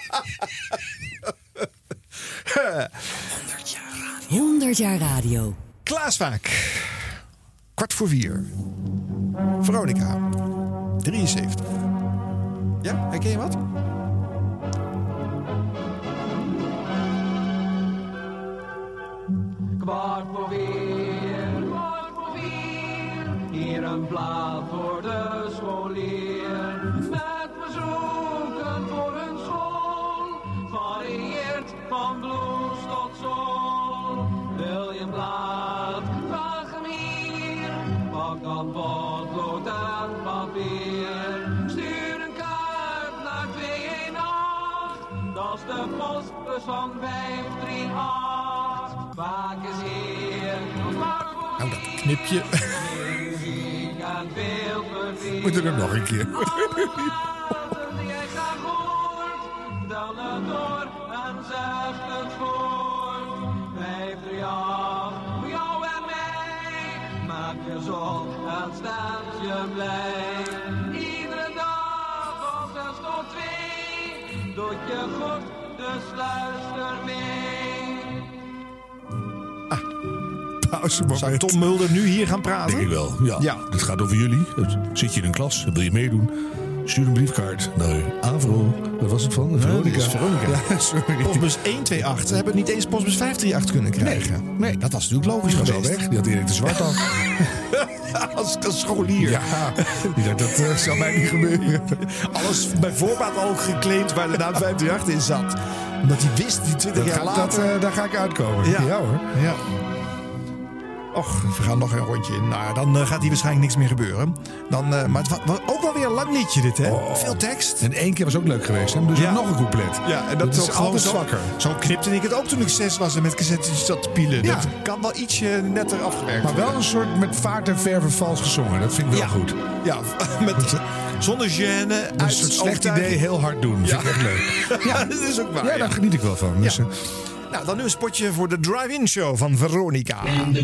S8: 100 jaar radio.
S2: Klaasvaak. 4:15. Veronica. 73. Ja, herken je wat?
S9: Kwart voor vier, hier een plaat voor de scholier. Met bezoeken voor hun school, varieert van blues tot soul. Wil je een plaat, vraag hem hier, pak dan potlood en papier. Stuur een kaart naar 218, dat is de postbus van 538. Vaak is hier
S2: Nou, dat knipje.
S3: Moet er nog een keer.
S9: Jij graag hoort, dan het door en zegt het voort. 538, voor jou en mij. Maak je zon en stemt je blij. Iedere dag van 6 tot 2. Doet je goed, dus luister mee.
S2: Zou Tom Mulder nu hier gaan praten?
S3: Denk ik wel, ja. Het gaat over jullie. Zit je in een klas, wil je meedoen? Stuur een briefkaart naar Avro. Waar was het van? Veronica.
S2: Ja, sorry. Postbus 128. Ze hebben niet eens postbus 538 kunnen krijgen.
S3: Nee.
S2: Dat was natuurlijk logisch
S3: Die was al
S2: geweest.
S3: weg. Die had Erik de Zwart al.
S2: Als scholier.
S3: Ja, dat zou mij niet gebeuren.
S2: Alles bij voorbaat al geclaimd waar de naam 538 in zat. Omdat hij wist, die 20 jaar later...
S3: Daar ga ik uitkomen.
S2: Ja.
S3: Ja hoor.
S2: Ja. Och, we gaan nog een rondje in. Nou, dan gaat hier waarschijnlijk niks meer gebeuren. Maar het was ook wel weer een lang liedje dit, hè? Veel tekst.
S3: En 1 keer was ook leuk geweest, hè? Dus nog een couplet.
S2: Ja, en dat is altijd zwakker. Zo knipte ik het ook toen ik 6 was en met cassettes zat te pielen.
S3: Ja.
S2: Dat kan wel ietsje netter afgewerkt
S3: Maar wel
S2: worden.
S3: een soort met vaart en verve vals gezongen. Dat vind ik wel goed.
S2: Ja, zonder gêne.
S3: Een soort slecht idee heel hard doen. Dat vind ik echt leuk.
S2: Ja, dat is ook waar.
S3: Ja, daar geniet ik wel van. Dus,
S2: Nou, dan nu een spotje voor de drive-in show van Veronica.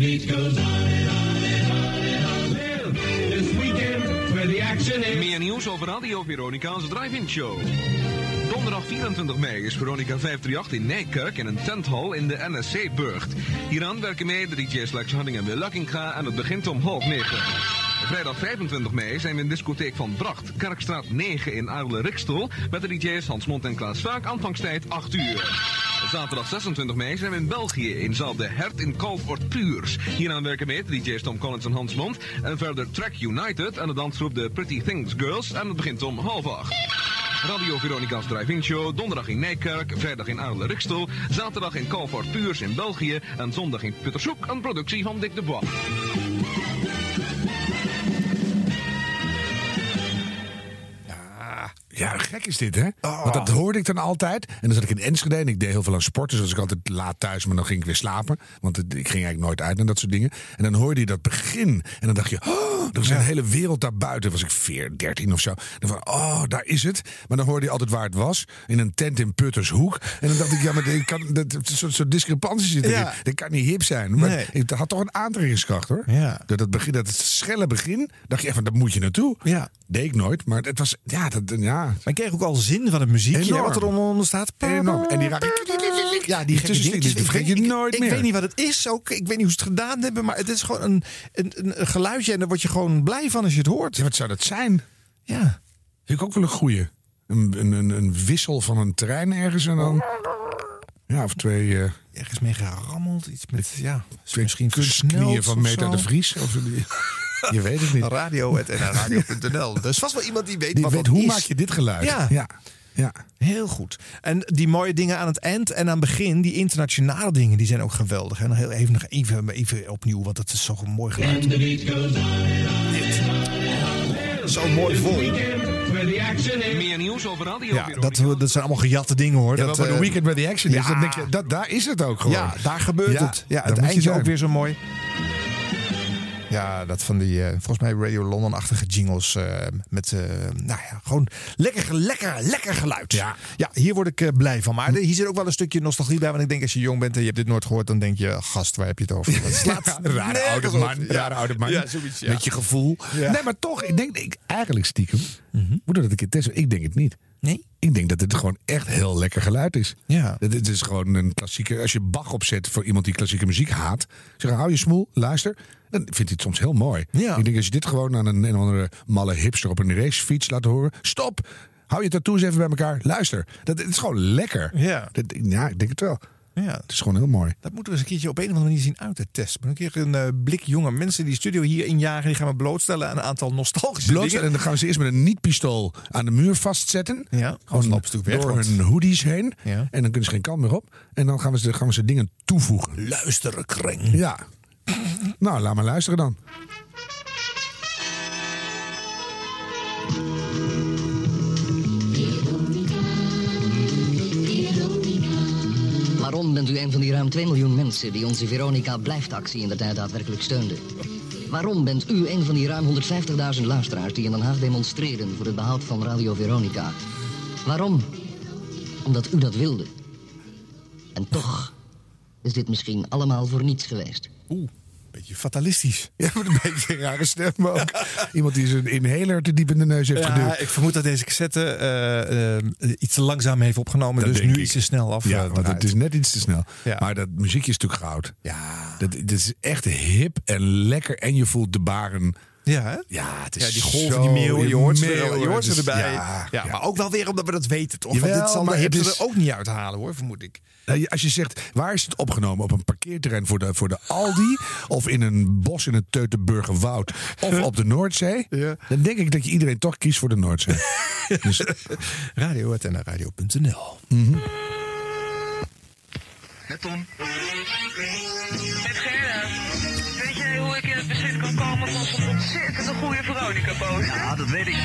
S22: Meer nieuws over Radio Veronica's drive-in show. Donderdag 24 mei is Veronica 538 in Nijkerk in een tenthal in de NSC Burgt. Hieraan werken mee de DJ's Lex Hadding en Wil Luckinga en het begint om 8:30. Vrijdag 25 mei zijn we in discotheek van Bracht, Kerkstraat 9 in Aarle-Rikstel met de DJ's Hans Mond en Klaas Vaak, aanvangstijd 8 uur. Zaterdag 26 mei zijn we in België in zaal De Hert in Calfort Puurs. Hieraan werken mee de DJ's Tom Collins en Hans Mond en verder Track United en de dansgroep de Pretty Things Girls en het begint om 7:30. Radio Veronica's Drive-In Show, donderdag in Nijkerk, vrijdag in Aarle-Rikstel, zaterdag in Calfort Puurs in België en zondag in Puttershoek, een productie van Dick de Bois.
S3: Ja, gek is dit, hè? Want dat hoorde ik dan altijd. En dan zat ik in Enschede en ik deed heel veel aan sporten. Dus was ik altijd laat thuis, maar dan ging ik weer slapen. Want ik ging eigenlijk nooit uit en dat soort dingen. En dan hoorde je dat begin. En dan dacht je, er is een hele wereld daarbuiten. Was ik 13 of zo. Dan van, daar is het. Maar dan hoorde je altijd waar het was. In een tent in Puttershoek. En dan dacht ik, ja, maar dat soort discrepanties zit erin. Dat kan niet hip zijn. Maar het had toch een aantrekkingskracht, hoor.
S2: Ja.
S3: Dat schelle begin, dacht je even, daar moet je naartoe.
S2: Ja.
S3: Deed ik nooit, maar het was,
S2: Maar ik kreeg ook al zin van het muziekje, wat er onder staat.
S3: Enorm. En die
S2: die
S3: tussenstukken, die vergeet je nooit meer.
S2: Ik weet niet wat het is ook. Ik weet niet hoe ze het gedaan hebben, maar het is gewoon een geluidje en daar word je gewoon blij van als je het hoort.
S3: Ja, wat zou dat zijn?
S2: Ja.
S3: Vind ik ook wel een goeie. Een wissel van een terrein ergens en dan... Ja, of twee...
S2: ergens mee gerammeld, iets met,
S3: twee
S2: misschien
S3: kunstknieën van Meta de Vries. Of je weet het niet.
S2: Radio.nl. Er is vast wel iemand die weet wat dat
S3: hoe
S2: is.
S3: maak je dit geluid? Ja.
S2: Heel goed. En die mooie dingen aan het eind en aan het begin, die internationale dingen, die zijn ook geweldig. En dan even opnieuw, want het is zo'n mooi geluid. Zo mooi vol.
S22: Meer nieuws over Radio
S2: Ja, dat zijn allemaal gejatte dingen, hoor.
S3: Ja, maar de Weekend Where the Action is, dan denk je, daar is het ook gewoon.
S2: Ja, daar gebeurt het. Ja, het eindje ook weer zo mooi. Ja, dat van die, volgens mij Radio London-achtige jingles met, gewoon lekker geluid. Ja, hier word ik blij van. Maar hier zit ook wel een stukje nostalgie bij. Want ik denk, als je jong bent en je hebt dit nooit gehoord, dan denk je, gast, waar heb je het over? Dat slaat
S3: rare oude man.
S2: Ja, zoiets, ja.
S3: Met je gevoel. Ja. Nee, maar toch, ik denk eigenlijk stiekem, moet dat ik het test? Ik denk het niet.
S2: Nee?
S3: Ik denk dat het gewoon echt heel lekker geluid is.
S2: Ja.
S3: Het is gewoon een klassieke... Als je Bach opzet voor iemand die klassieke muziek haat... Zeg, hou je smoel, luister. Dan vindt hij het soms heel mooi. Ja. Ik denk, als je dit gewoon aan een of andere malle hipster op een racefiets laat horen... Stop! Hou je tattoos even bij elkaar. Luister. Het is gewoon lekker.
S2: Ja.
S3: Ik denk het wel.
S2: Ja.
S3: Het is gewoon heel mooi.
S2: Dat moeten we eens een keertje op een of andere manier zien uit te testen. Maar een keer een blik jonge mensen die studio hier injagen. Die gaan we blootstellen aan een aantal nostalgische dingen.
S3: En dan gaan we ze eerst met een niet-pistool aan de muur vastzetten.
S2: Ja,
S3: gewoon door hun hoodies heen. Ja. En dan kunnen ze geen kant meer op. En dan gaan we ze dingen toevoegen.
S2: Luisteren, kring.
S3: Ja. Nou, laat maar luisteren dan.
S10: Waarom bent u een van die ruim 2 miljoen mensen die onze Veronica Blijft-actie in de tijd daadwerkelijk steunden? Waarom bent u een van die ruim 150.000 luisteraars die in Den Haag demonstreren voor het behoud van Radio Veronica? Waarom? Omdat u dat wilde. En toch is dit misschien allemaal voor niets geweest.
S2: Beetje fatalistisch.
S3: Ja, met een beetje een rare stem ook. Iemand die zijn inhaler te diep in de neus heeft geduwd.
S2: Ik vermoed dat deze cassette iets te langzaam heeft opgenomen. Dat dus nu iets te snel af.
S3: Ja, want het is net iets te snel. Ja. Maar dat muziekje is natuurlijk goud.
S2: Ja.
S3: Dat is echt hip en lekker. En je voelt de baren.
S2: Ja, hè?
S3: Ja, het is
S2: die golven, die meeuwen, je hoort ze erbij.
S3: Ja.
S2: Maar ook wel weer omdat we dat weten, toch?
S3: Jawel,
S2: want dit zal de
S3: het
S2: hipster er ook niet uithalen, hoor, vermoed ik.
S3: Als je zegt, waar is het opgenomen? Op een parkeerterrein voor de Aldi? Of in een bos in het Teutoburgerwoud? Of op de Noordzee? Ja. Dan denk ik dat je iedereen toch kiest voor de Noordzee. Dus...
S2: Radio.nl
S10: Met Tom. Met Gerda. Weet je,
S11: het bezit kan komen van zo'n ontzettend goede Veronica-poster?
S13: Ja, dat weet ik.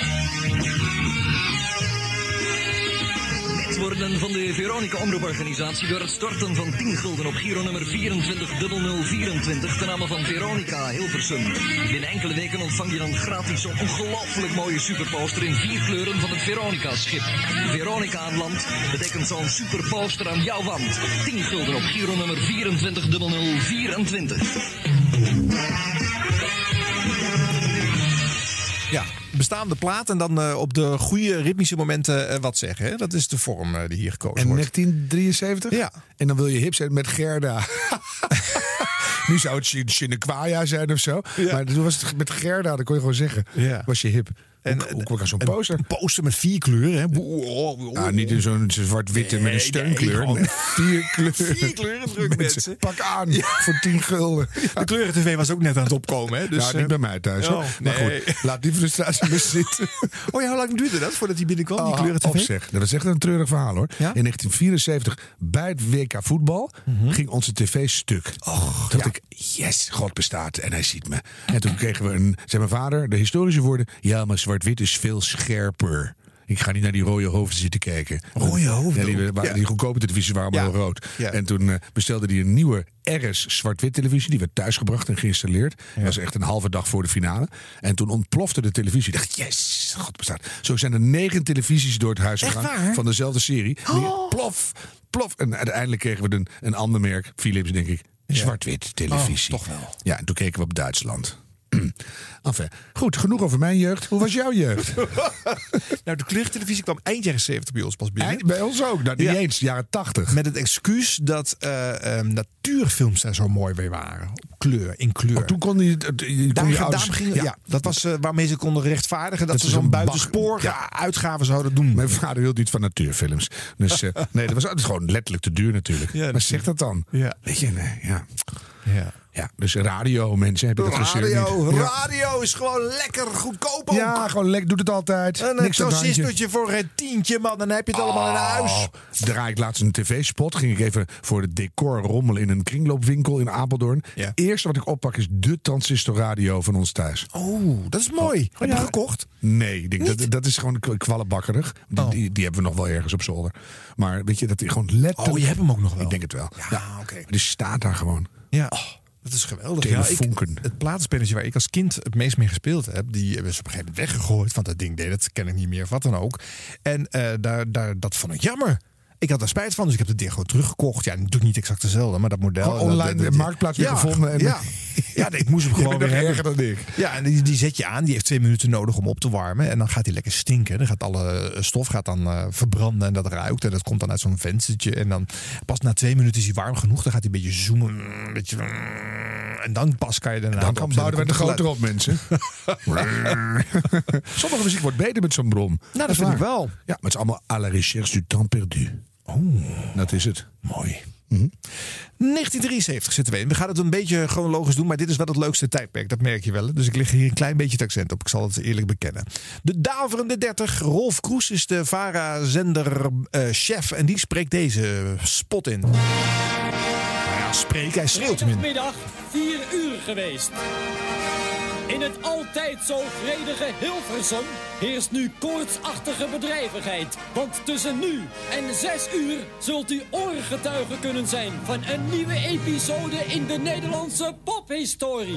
S13: Lid worden van de Veronica Omroeporganisatie door het storten van 10 gulden op Giro-nummer 240024 ten name van Veronica Hilversum. Binnen enkele weken ontvang je dan gratis zo'n ongelooflijk mooie superposter in 4 kleuren van het Veronica-schip. Veronica aan land betekent zo'n superposter aan jouw wand. 10 gulden op Giro-nummer 240024.
S2: Ja, bestaande plaat en dan op de goede ritmische momenten wat zeggen. Hè? Dat is de vorm die hier gekozen
S3: En
S2: wordt.
S3: 1973?
S2: Ja.
S3: En dan wil je hip zijn met Gerda. Nu zou het Shinnequaya zijn of zo.
S2: Ja.
S3: Maar toen was het met Gerda, dat kon je gewoon zeggen.
S2: Ja.
S3: Was je hip. Hoe kwam ik aan zo'n poster?
S2: Een poster met 4 kleuren. Hè?
S3: Nou, niet in zo'n zwart-witte met een steunkleur.
S2: Nee,
S3: 4 kleuren.
S2: 4 kleuren druk mensen.
S3: Pak aan voor 10 gulden.
S2: De kleuren-tv was ook net aan het opkomen. Hè? Dus,
S3: nou, niet bij mij thuis. Hoor. Maar goed, laat die frustratie maar zitten.
S2: Oh ja, hoe lang duurde dat voordat hij binnenkwam, die kleuren-tv?
S3: Opzeg. Dat was echt een treurig verhaal hoor. Ja? In 1974, bij het WK voetbal, ging onze tv stuk. Dat ik, yes, God bestaat en hij ziet me. En toen kregen we zei mijn vader, de historische woorden, ja, maar zwart-wit is veel scherper. Ik ga niet naar die rode hoofden zitten kijken.
S2: Rode hoofden?
S3: Ja, die goedkope televisies waren allemaal heel rood. Ja. En toen bestelde hij een nieuwe RS zwart-wit televisie. Die werd thuisgebracht en geïnstalleerd. Dat was echt een halve dag voor de finale. En toen ontplofte de televisie. Ik dacht, yes, God bestaat. Zo zijn er 9 televisies door het huis gegaan. Van dezelfde serie. Plof, plof. En uiteindelijk kregen we een ander merk. Philips, denk ik. Zwart-wit televisie.
S2: Toch wel.
S3: Ja, en toen keken we op Duitsland. Enfin, goed, genoeg over mijn jeugd. Hoe was jouw jeugd?
S2: Nou, de kleurtelevisie kwam eind jaren 70 bij ons pas binnen.
S3: Bij ons ook, nou, niet eens, jaren 80.
S2: Met het excuus dat natuurfilms daar zo mooi mee waren. In kleur.
S3: Oh, toen kon je
S2: dat was waarmee ze konden rechtvaardigen dat ze zo'n buitensporige uitgaven zouden doen.
S3: Mijn vader wilde iets van natuurfilms. Dus nee, dat was gewoon letterlijk te duur natuurlijk. Ja, maar zeg dat dan. Ja. Weet je, nee, ja. Ja, dus radio, mensen, heb je dat gezien?
S2: Radio is gewoon lekker goedkoop ook.
S3: Ja, gewoon lekker, doet het altijd.
S2: Een transistortje voor een tientje, man. Dan heb je het allemaal in huis.
S3: Draai ik laatst een tv-spot. Ging ik even voor het decor rommelen in een kringloopwinkel in Apeldoorn. Ja. Het eerste wat ik oppak is de transistorradio van ons thuis.
S2: Oh, dat is mooi. Heb je gekocht?
S3: Nee, ik denk dat is gewoon kwallenbakkerig. Die hebben we nog wel ergens op zolder. Maar weet je, dat hij gewoon letterlijk...
S2: Oh, je hebt hem ook nog wel?
S3: Ik denk het wel.
S2: Ja, oké.
S3: Die staat daar gewoon.
S2: Ja. Dat is geweldig.
S3: Telefonken.
S2: Het platenspelletje waar ik als kind het meest mee gespeeld heb, die hebben ze op een gegeven moment weggegooid. Want dat ding deed, dat ken ik niet meer, wat dan ook. En dat vond ik jammer. Ik had daar spijt van, dus ik heb het ding gewoon teruggekocht. Ja, natuurlijk niet exact dezelfde, maar dat model.
S3: Online marktplaats weer gevonden. En
S2: ik moest hem gewoon weer
S3: erger dan ik.
S2: Ja, en die zet je aan. Die heeft 2 minuten nodig om op te warmen. En dan gaat hij lekker stinken. Dan gaat alle stof verbranden en dat ruikt. En dat komt dan uit zo'n venstertje. En dan pas na 2 minuten is hij warm genoeg. Dan gaat hij een beetje zoomen. En dan pas kan je daarna...
S3: Dan kan Boudewijn de Grote op, mensen. Sommige muziek wordt beter met zo'n brom.
S2: Nou, dat vind ik wel.
S3: Ja, maar het is allemaal à la recherche du temps perdu.
S2: Oh,
S3: dat is het.
S2: Mooi. 1973 zitten we in. We gaan het een beetje chronologisch doen, maar dit is wel het leukste tijdperk. Dat merk je wel. Dus ik lig hier een klein beetje het accent op. Ik zal het eerlijk bekennen. De daverende 30. Rolf Kroes is de VARA-zender-chef. En die spreekt deze spot in. Nou ja, hij schreeuwt hem in.
S15: Middag 4 uur geweest. In het altijd zo vredige Hilversum heerst nu koortsachtige bedrijvigheid. Want tussen nu en 6 uur zult u oorgetuige kunnen zijn van een nieuwe episode in de Nederlandse pophistorie.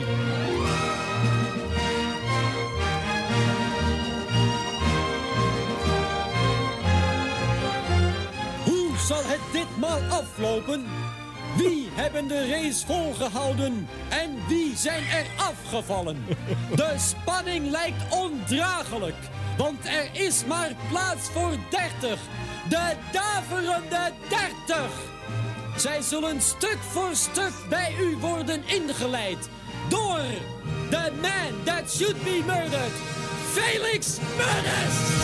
S15: Hoe zal het ditmaal aflopen? Wie hebben de race volgehouden en wie zijn er afgevallen? De spanning lijkt ondraaglijk, want er is maar plaats voor 30. De daverende 30. Zij zullen stuk voor stuk bij u worden ingeleid door the man that should be murdered, Felix Meurders.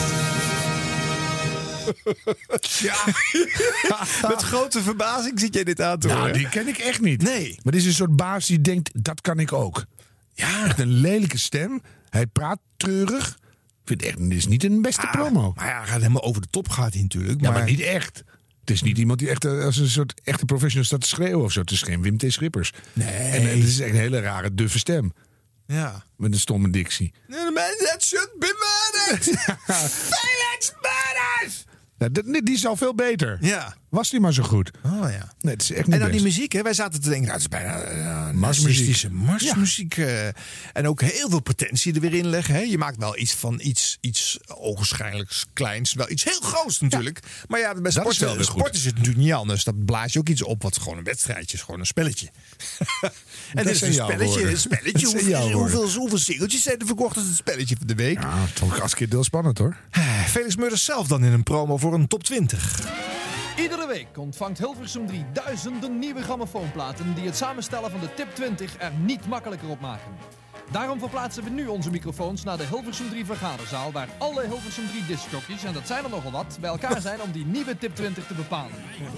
S2: Ja. Met grote verbazing zit jij dit aan te horen.
S3: Nou, die ken ik echt niet.
S2: Nee.
S3: Maar dit is een soort baas die denkt, dat kan ik ook. Ja. Echt een lelijke stem. Hij praat treurig. Ik vind echt, dit is niet een beste promo.
S2: Maar ja, gaat helemaal over de top gaat hij natuurlijk.
S3: Ja, maar niet echt. Het is niet iemand die echt als een soort echte professional staat te schreeuwen of zo. Het is geen Wim T. Schippers.
S2: Nee.
S3: En het is echt een hele rare, duffe stem.
S2: Ja.
S3: Met een stomme dictie.
S2: That should be murdered! Felix Murders!
S3: Die is al veel beter.
S2: Ja.
S3: Was die maar zo goed.
S2: Oh ja.
S3: Nee, het is echt niet
S2: en dan
S3: best.
S2: die muziek, hè? Wij zaten te denken, nou, het is bijna
S3: Marsmuziek.
S2: marsmuziek. En ook heel veel potentie er weer in leggen. Hè? Je maakt wel iets van iets ogenschijnlijk kleins. Wel iets heel groots natuurlijk. Ja. Maar ja, bij sport is het natuurlijk niet anders. Dat blaas je ook iets op wat gewoon een wedstrijdje is. Gewoon een spelletje. En dit is een spelletje. Hoeveel singeltjes zijn er verkocht als het spelletje van de week?
S3: Ja, toch als keer heel spannend hoor.
S2: Felix Murders zelf dan in een promo voor een top 20.
S15: Iedere week ontvangt Hilversum 3 duizenden nieuwe grammofoonplaten die het samenstellen van de Tip 20 er niet makkelijker op maken. Daarom verplaatsen we nu onze microfoons naar de Hilversum 3 vergaderzaal, waar alle Hilversum 3 discjockeys, en dat zijn er nogal wat, bij elkaar zijn om die nieuwe Tip 20 te bepalen.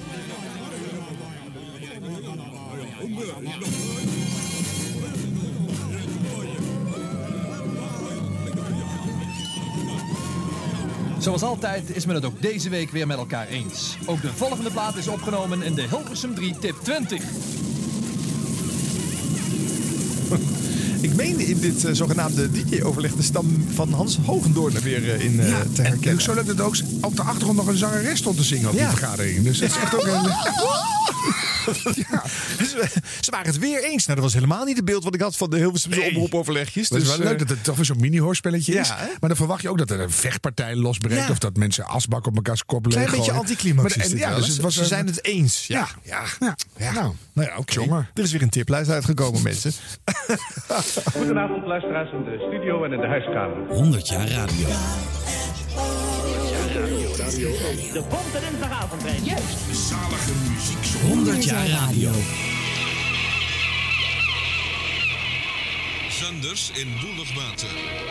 S15: Zoals altijd is men het ook deze week weer met elkaar eens. Ook de volgende plaat is opgenomen in de Hilversum 3 Tip 20.
S2: Ik meende in dit zogenaamde DJ-overleg de stam van Hans Hogendoorn weer in te herkennen.
S3: En zo leuk dat ook op de achtergrond nog een zangeres stond te zingen op die vergadering. Dus dat is echt ook een...
S2: Ja. Ze waren het weer eens. Nou, dat was helemaal niet het beeld wat ik had van de Hilversumse omroepoverlegjes.
S3: Het is wel leuk dat het toch weer zo'n mini-hoorspelletje is.
S2: Hè?
S3: Maar dan verwacht je ook dat er een vechtpartij losbreekt. Ja. Of dat mensen asbak op elkaars kop leggen.
S2: Klein beetje anticlimax is dit wel.
S3: Dus
S2: Ze zijn het eens. Ja. Nou ja, oké. Er is weer een tiplijst uitgekomen, mensen.
S7: Goedenavond, luisteraars in de studio en in de huiskamer.
S1: 100 jaar radio.
S12: De Bonte Dinsdagavond. Juist.
S1: Zalige muziek. 100 jaar radio.
S23: Zenders in woelig water.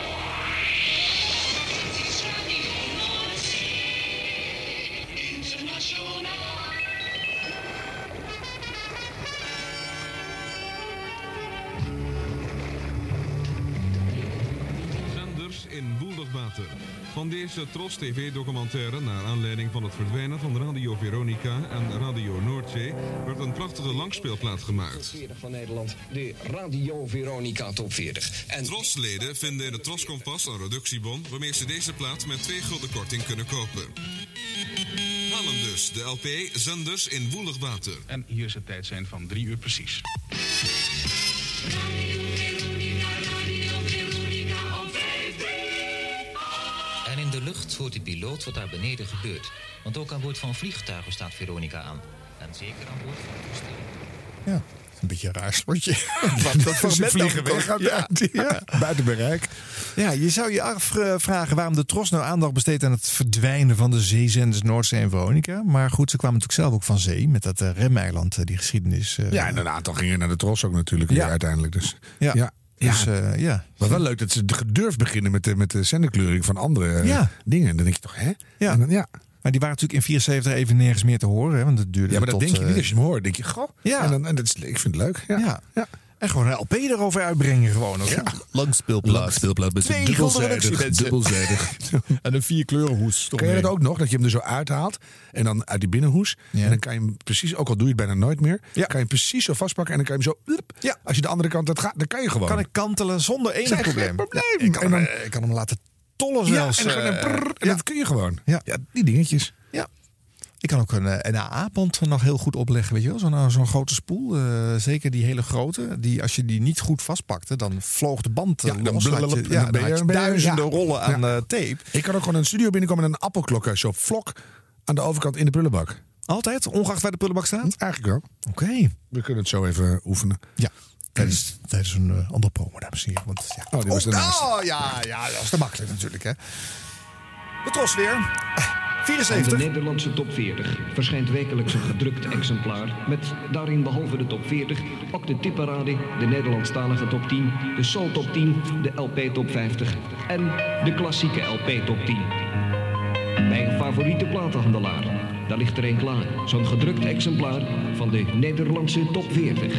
S23: Zenders in woelig water. Van deze Tros TV-documentaire naar aanleiding van het verdwijnen van Radio Veronica en Radio Noordzee werd een prachtige langspeelplaat gemaakt.
S13: 40 van Nederland, de Radio Veronica Top 40.
S23: En Trosleden vinden in het Troskompas een reductiebon waarmee ze deze plaat met 2 gulden korting kunnen kopen. Haal hem dus, de LP Zenders in woelig water.
S24: En hier is het tijdsein van 3 uur precies.
S25: En in de lucht hoort de piloot wat daar beneden gebeurt. Want ook aan boord van vliegtuigen staat Veronica aan. En zeker aan boord van toestellen.
S2: Ja, een beetje een raar slotje.
S3: Ze vliegen weg. Buiten bereik.
S2: Ja, je zou je afvragen waarom de Tros nou aandacht besteedt aan het verdwijnen van de zeezenders Noordzee en Veronica. Maar goed, ze kwamen natuurlijk zelf ook van zee met dat remeiland, die geschiedenis.
S3: Ja, en een aantal gingen naar de Tros ook natuurlijk weer uiteindelijk. Dus ja.
S2: Dus,
S3: Maar wel leuk dat ze gedurfd beginnen met de zenderkleuring van andere dingen. En dan denk je toch, hè?
S2: Ja.
S3: En dan,
S2: maar die waren natuurlijk in 74 even nergens meer te horen. Hè, want het duurde
S3: maar dat
S2: tot,
S3: denk je niet als je hem hoort. Denk je, goh.
S2: Ja.
S3: En dat is, ik vind het leuk. Ja.
S2: En gewoon een LP erover uitbrengen gewoon. Ook,
S3: Langspeelplaat met een dubbelzijdig.
S2: En een 4 kleurenhoes.
S3: Kan je dat ook nog? Dat je hem er zo uithaalt. En dan uit die binnenhoes. Ja. En dan kan je hem precies, ook al doe je het bijna nooit meer. Kan je hem precies zo vastpakken. En dan kan je hem zo... Als je de andere kant gaat, dan kan je gewoon.
S2: Kan ik kantelen zonder enig probleem. Ik kan hem laten tollen zelfs.
S3: En dat kun je gewoon. Ja, die dingetjes.
S2: Ja. Ik kan ook een AA-band nog heel goed opleggen, weet je wel. Zo'n grote spoel. Zeker die hele grote. Als je die niet goed vastpakte, dan vloog de band los. Dan ben je duizenden rollen aan tape.
S3: Ik kan ook gewoon een studio binnenkomen en een appelklok zo vlok aan de overkant in de prullenbak.
S2: Altijd? Ongeacht waar de prullenbak staat?
S3: Eigenlijk wel.
S2: Oké.
S3: We kunnen het zo even oefenen.
S2: Ja. Tijdens een andere promo, dames en heren. Want,
S3: die was
S2: dat was te makkelijk natuurlijk, hè. De Tros weer. 74.
S10: De Nederlandse top 40 verschijnt wekelijks een gedrukt exemplaar met daarin behalve de top 40 ook de tipparade, de Nederlandstalige top 10, de soul top 10, de LP top 50 en de klassieke LP top 10. Bij een favoriete platenhandelaar, daar ligt er een klaar. Zo'n gedrukt exemplaar van de Nederlandse top 40.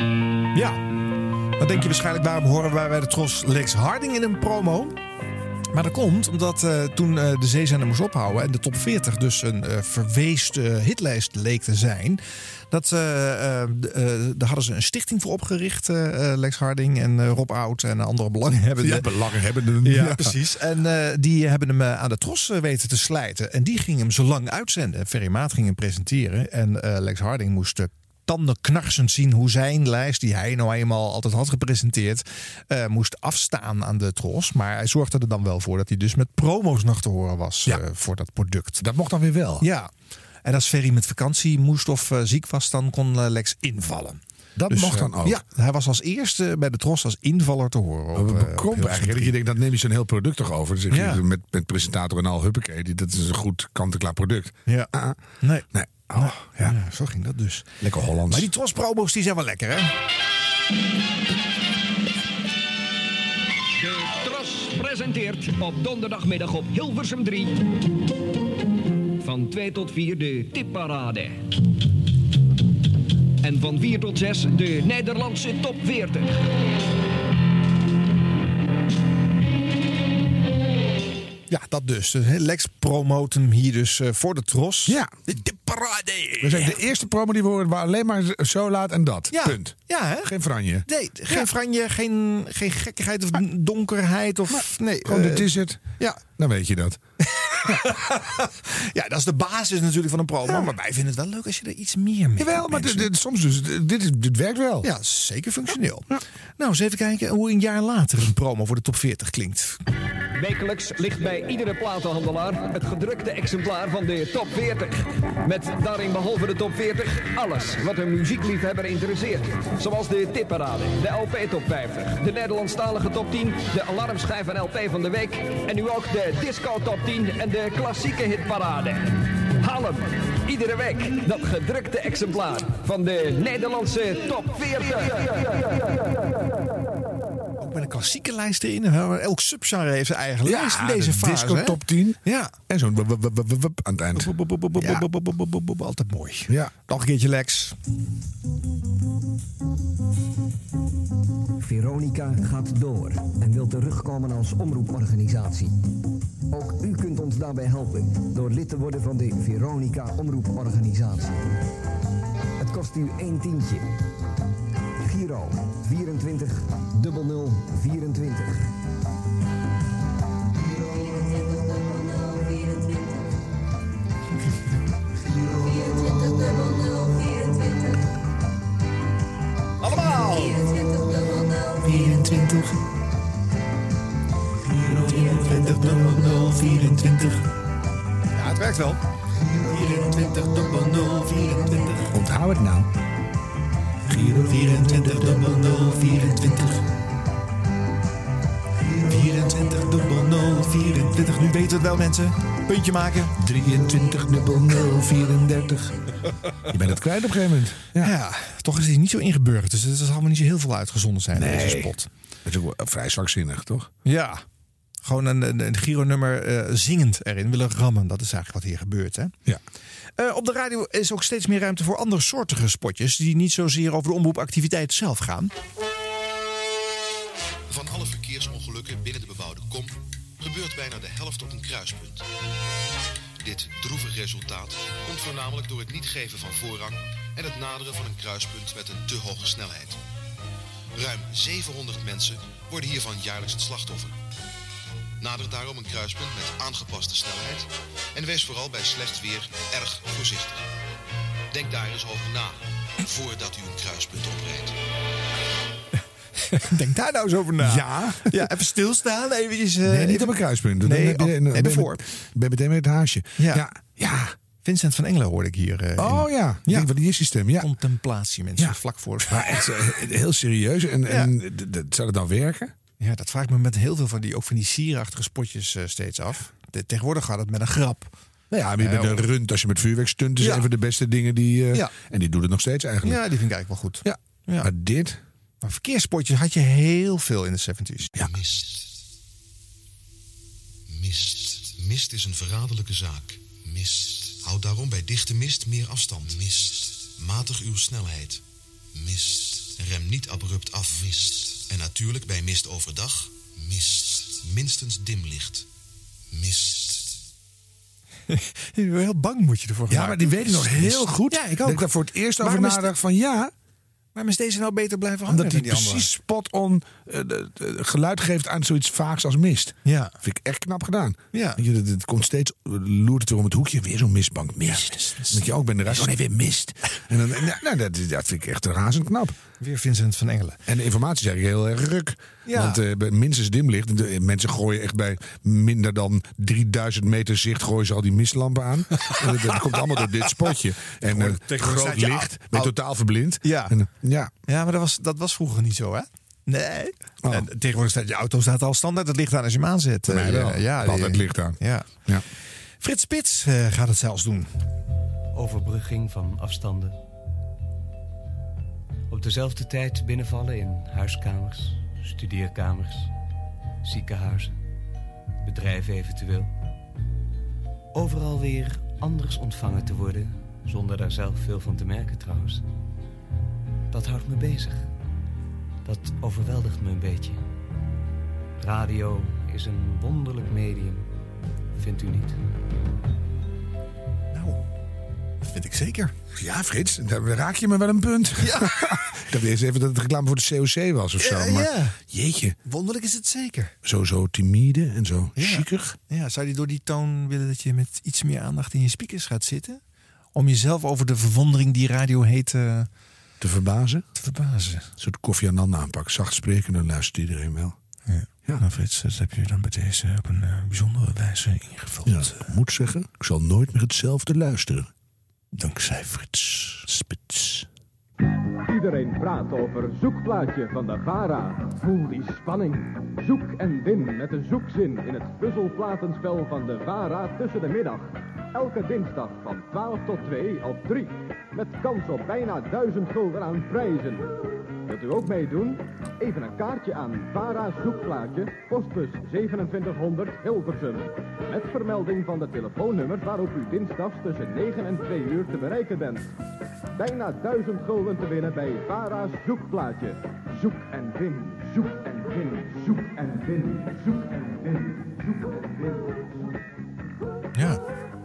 S2: Ja, dan denk je waarschijnlijk waarom horen wij bij de Tros Lex Harding in een promo? Maar dat komt omdat toen de zeezender moest ophouden... en de top 40 dus een verweesde hitlijst leek te zijn... Daar hadden ze een stichting voor opgericht. Lex Harding en Rob Oud en andere belanghebbenden.
S3: Ja, belanghebbenden.
S2: Ja, precies. En die hebben hem aan de tros weten te slijten. En die ging hem zo lang uitzenden. Ferry Maat ging hem presenteren. En Lex Harding moest tandenknarsend zien hoe zijn lijst, die hij nou eenmaal altijd had gepresenteerd, moest afstaan aan de tros. Maar hij zorgde er dan wel voor dat hij dus met promo's nog te horen was voor dat product.
S3: Dat mocht dan weer wel.
S2: Ja. En als Ferry met vakantie moest of ziek was, dan kon Lex invallen.
S3: Dat mocht dan ook?
S2: Ja, hij was als eerste bij de tros als invaller te horen.
S3: Kromp eigenlijk. Dat je denkt, dat neem je zo'n heel product toch over. Dus met presentator en al huppakee. Dat is een goed kant-en-klaar product.
S2: Ja. Nee.
S3: Oh, ja,
S2: zo ging dat dus.
S3: Lekker Hollands.
S2: Maar die trospromo's die zijn wel lekker, hè?
S18: De Tros presenteert op donderdagmiddag op Hilversum 3... van 2 tot 4 de tipparade. En van 4 tot 6 de Nederlandse top 40.
S2: Ja, dat dus. Lex promoot hem hier dus voor de tros.
S3: Ja.
S2: De tipparade.
S3: We zijn de eerste promo die we horen, waar alleen maar zo laat en dat.
S2: Ja.
S3: Punt.
S2: Ja, hè?
S3: Geen franje.
S2: Nee, geen franje, geen gekkigheid of donkerheid. Of, nee,
S3: gewoon dit is het.
S2: Ja.
S3: Dan weet je dat.
S2: Ja, dat is de basis natuurlijk van een promo. Ja. Maar wij vinden het wel leuk als je er iets meer mee
S3: Jawel, maar soms dus. Dit werkt wel.
S2: Ja, zeker functioneel. Ja. Nou, eens even kijken hoe een jaar later een promo voor de top 40 klinkt.
S18: Wekelijks ligt bij iedere platenhandelaar het gedrukte exemplaar van de top 40. Met daarin behalve de top 40 alles wat een muziekliefhebber interesseert. Zoals de tipparade, de LP top 50, de Nederlandstalige top 10, de alarmschijf en LP van de week en nu ook de disco top 10 en de klassieke hitparade. Haal hem iedere week, dat gedrukte exemplaar van de Nederlandse top 40.
S2: Ook met een klassieke lijst erin. Elk subgenre heeft zijn eigen lijst in deze fase.
S3: Disco top 10.
S2: Ja.
S3: En zo'n aan het eind.
S2: Altijd mooi.
S3: Ja.
S2: Nog een keertje Lex.
S10: Veronica gaat door en wil terugkomen als omroeporganisatie. Ook u kunt ons daarbij helpen door lid te worden van de Veronica Omroeporganisatie. Het kost u 1 tientje. Giro 24 0024.
S2: Allemaal!
S1: 24. 24 0024.
S2: Ja, het werkt wel.
S1: 24 0024.
S3: Onthoud het nou.
S1: Giro 24 0024. 24 0024.
S2: Nu weten we het wel, mensen. Puntje maken.
S3: 23 0034. Je bent het kwijt op een gegeven moment.
S2: Ja, toch is hij niet zo ingeburgerd. Dus het zal maar niet zo heel veel uitgezonden zijn in deze spot.
S3: Dat is ook wel vrij zwakzinnig, toch?
S2: Ja. Gewoon een Giro-nummer zingend erin willen rammen. Dat is eigenlijk wat hier gebeurt, hè?
S3: Ja.
S2: Op de radio is ook steeds meer ruimte voor andersoortige spotjes die niet zozeer over de omroepactiviteit zelf gaan.
S5: Van alle verkeersongelukken binnen de bebouwde kom gebeurt bijna de helft op een kruispunt. Dit droevig resultaat komt voornamelijk door het niet geven van voorrang en het naderen van een kruispunt met een te hoge snelheid. Ruim 700 mensen worden hiervan jaarlijks het slachtoffer. Nader daarom een kruispunt met aangepaste snelheid en wees vooral bij slecht weer erg voorzichtig. Denk daar eens over na voordat u een kruispunt oprijdt.
S2: Denk daar nou eens over na. Ja, even stilstaan, eventjes.
S3: Nee, niet op een kruispunt.
S2: Nee, ervoor.
S3: Ben meteen met het haasje.
S2: Ja. Vincent van Engelen hoorde ik hier.
S3: Van die systeem. Ja.
S2: Contemplatie, mensen. Vlak voor.
S3: Maar echt heel serieus. En zou het dan werken?
S2: Ja, dat vraag ik me met heel veel van die sierachtige spotjes steeds af. Tegenwoordig gaat het met een grap.
S3: Nou ja, met een rund als je met vuurwerk stunt is een van de beste dingen die... En die doet het nog steeds eigenlijk.
S2: Ja, die vind ik eigenlijk wel goed.
S3: Ja. Maar dit...
S2: Maar verkeersspotjes had je heel veel in de 70's.
S5: Ja. Mist is een verraderlijke zaak. Mist. Houd daarom bij dichte mist meer afstand. Mist. Matig uw snelheid. Mist. Rem niet abrupt af. Mist. En natuurlijk bij mist overdag. Mist. minstens dimlicht. Mist.
S2: Heel bang moet je ervoor
S3: Ja, maar die weet ik nog heel goed.
S2: Ja, ik
S3: Dat
S2: ook.
S3: ik daar voor het eerst over
S2: Waarom is
S3: nadacht van ja...
S2: Waarom is deze nou beter blijven hangen
S3: Omdat hij
S2: dan die
S3: precies
S2: andere?
S3: spot-on geluid geeft aan zoiets vaaks als mist.
S2: Ja.
S3: Vind ik echt knap gedaan.
S2: Ja.
S3: Weet je, het komt steeds, loert het weer om het hoekje. Weer zo'n mistbank. Mist. Dat je ook bent eruit. Oh nee, weer mist. En dan, dat vind ik echt razend knap.
S2: Weer Vincent van Engelen.
S3: En de informatie is eigenlijk heel erg ruk.
S2: Ja.
S3: Want bij minstens dimlicht. Mensen gooien echt bij minder dan 3000 meter zicht gooien ze al die mistlampen aan. En dat komt allemaal door dit spotje. En groot licht. Ben je totaal verblind.
S2: Ja.
S3: En,
S2: Ja, maar dat was vroeger niet zo, hè? Nee.
S3: Oh.
S2: En tegenwoordig staat je auto al standaard het licht aan als je hem aanzet.
S3: Voor mij wel.
S2: Ja,
S3: altijd licht aan.
S2: Ja.
S3: Ja.
S2: Frits Spits gaat het zelfs doen.
S14: Overbrugging van afstanden. Op dezelfde tijd binnenvallen in huiskamers, studeerkamers, ziekenhuizen, bedrijven eventueel. Overal weer anders ontvangen te worden, zonder daar zelf veel van te merken trouwens. Dat houdt me bezig. Dat overweldigt me een beetje. Radio is een wonderlijk medium, vindt u niet?
S2: Nou, dat vind ik zeker.
S3: Ja, Frits, daar raak je me wel een punt.
S2: Ja.
S3: Ik dacht eerst even dat het reclame voor de COC was of zo. Maar jeetje.
S2: Wonderlijk is het zeker.
S3: Zo timide en zo chiquig.
S2: Ja, zou je door die toon willen dat je met iets meer aandacht in je speakers gaat zitten? Om jezelf over de verwondering die radio heet...
S3: te verbazen?
S2: Te verbazen.
S3: Een soort Koffie Annan aanpak. Zacht spreken, dan luistert iedereen wel.
S2: Ja. Nou Frits, dat heb je dan bij deze op een bijzondere wijze ingevuld.
S3: Ja, ik moet zeggen, ik zal nooit meer hetzelfde luisteren.
S2: Dankzij Frits Spits.
S7: Iedereen praat over Zoekplaatje van de VARA. Voel die spanning. Zoek en win met een zoekzin in het puzzelplatenspel van de VARA tussen de middag. Elke dinsdag van 12 tot 2 op 3. Met kans op bijna 1000 gulden aan prijzen. Wilt u ook meedoen? Even een kaartje aan VARA Zoekplaatje, postbus 2700 Hilversum. Met vermelding van de telefoonnummers waarop u dinsdags tussen 9 en 2 uur te bereiken bent. Bijna 1000 gulden te winnen bij VARA's Zoekplaatje. Zoek en win, zoek en win, zoek en win, zoek en win, zoek en win.
S2: Ja.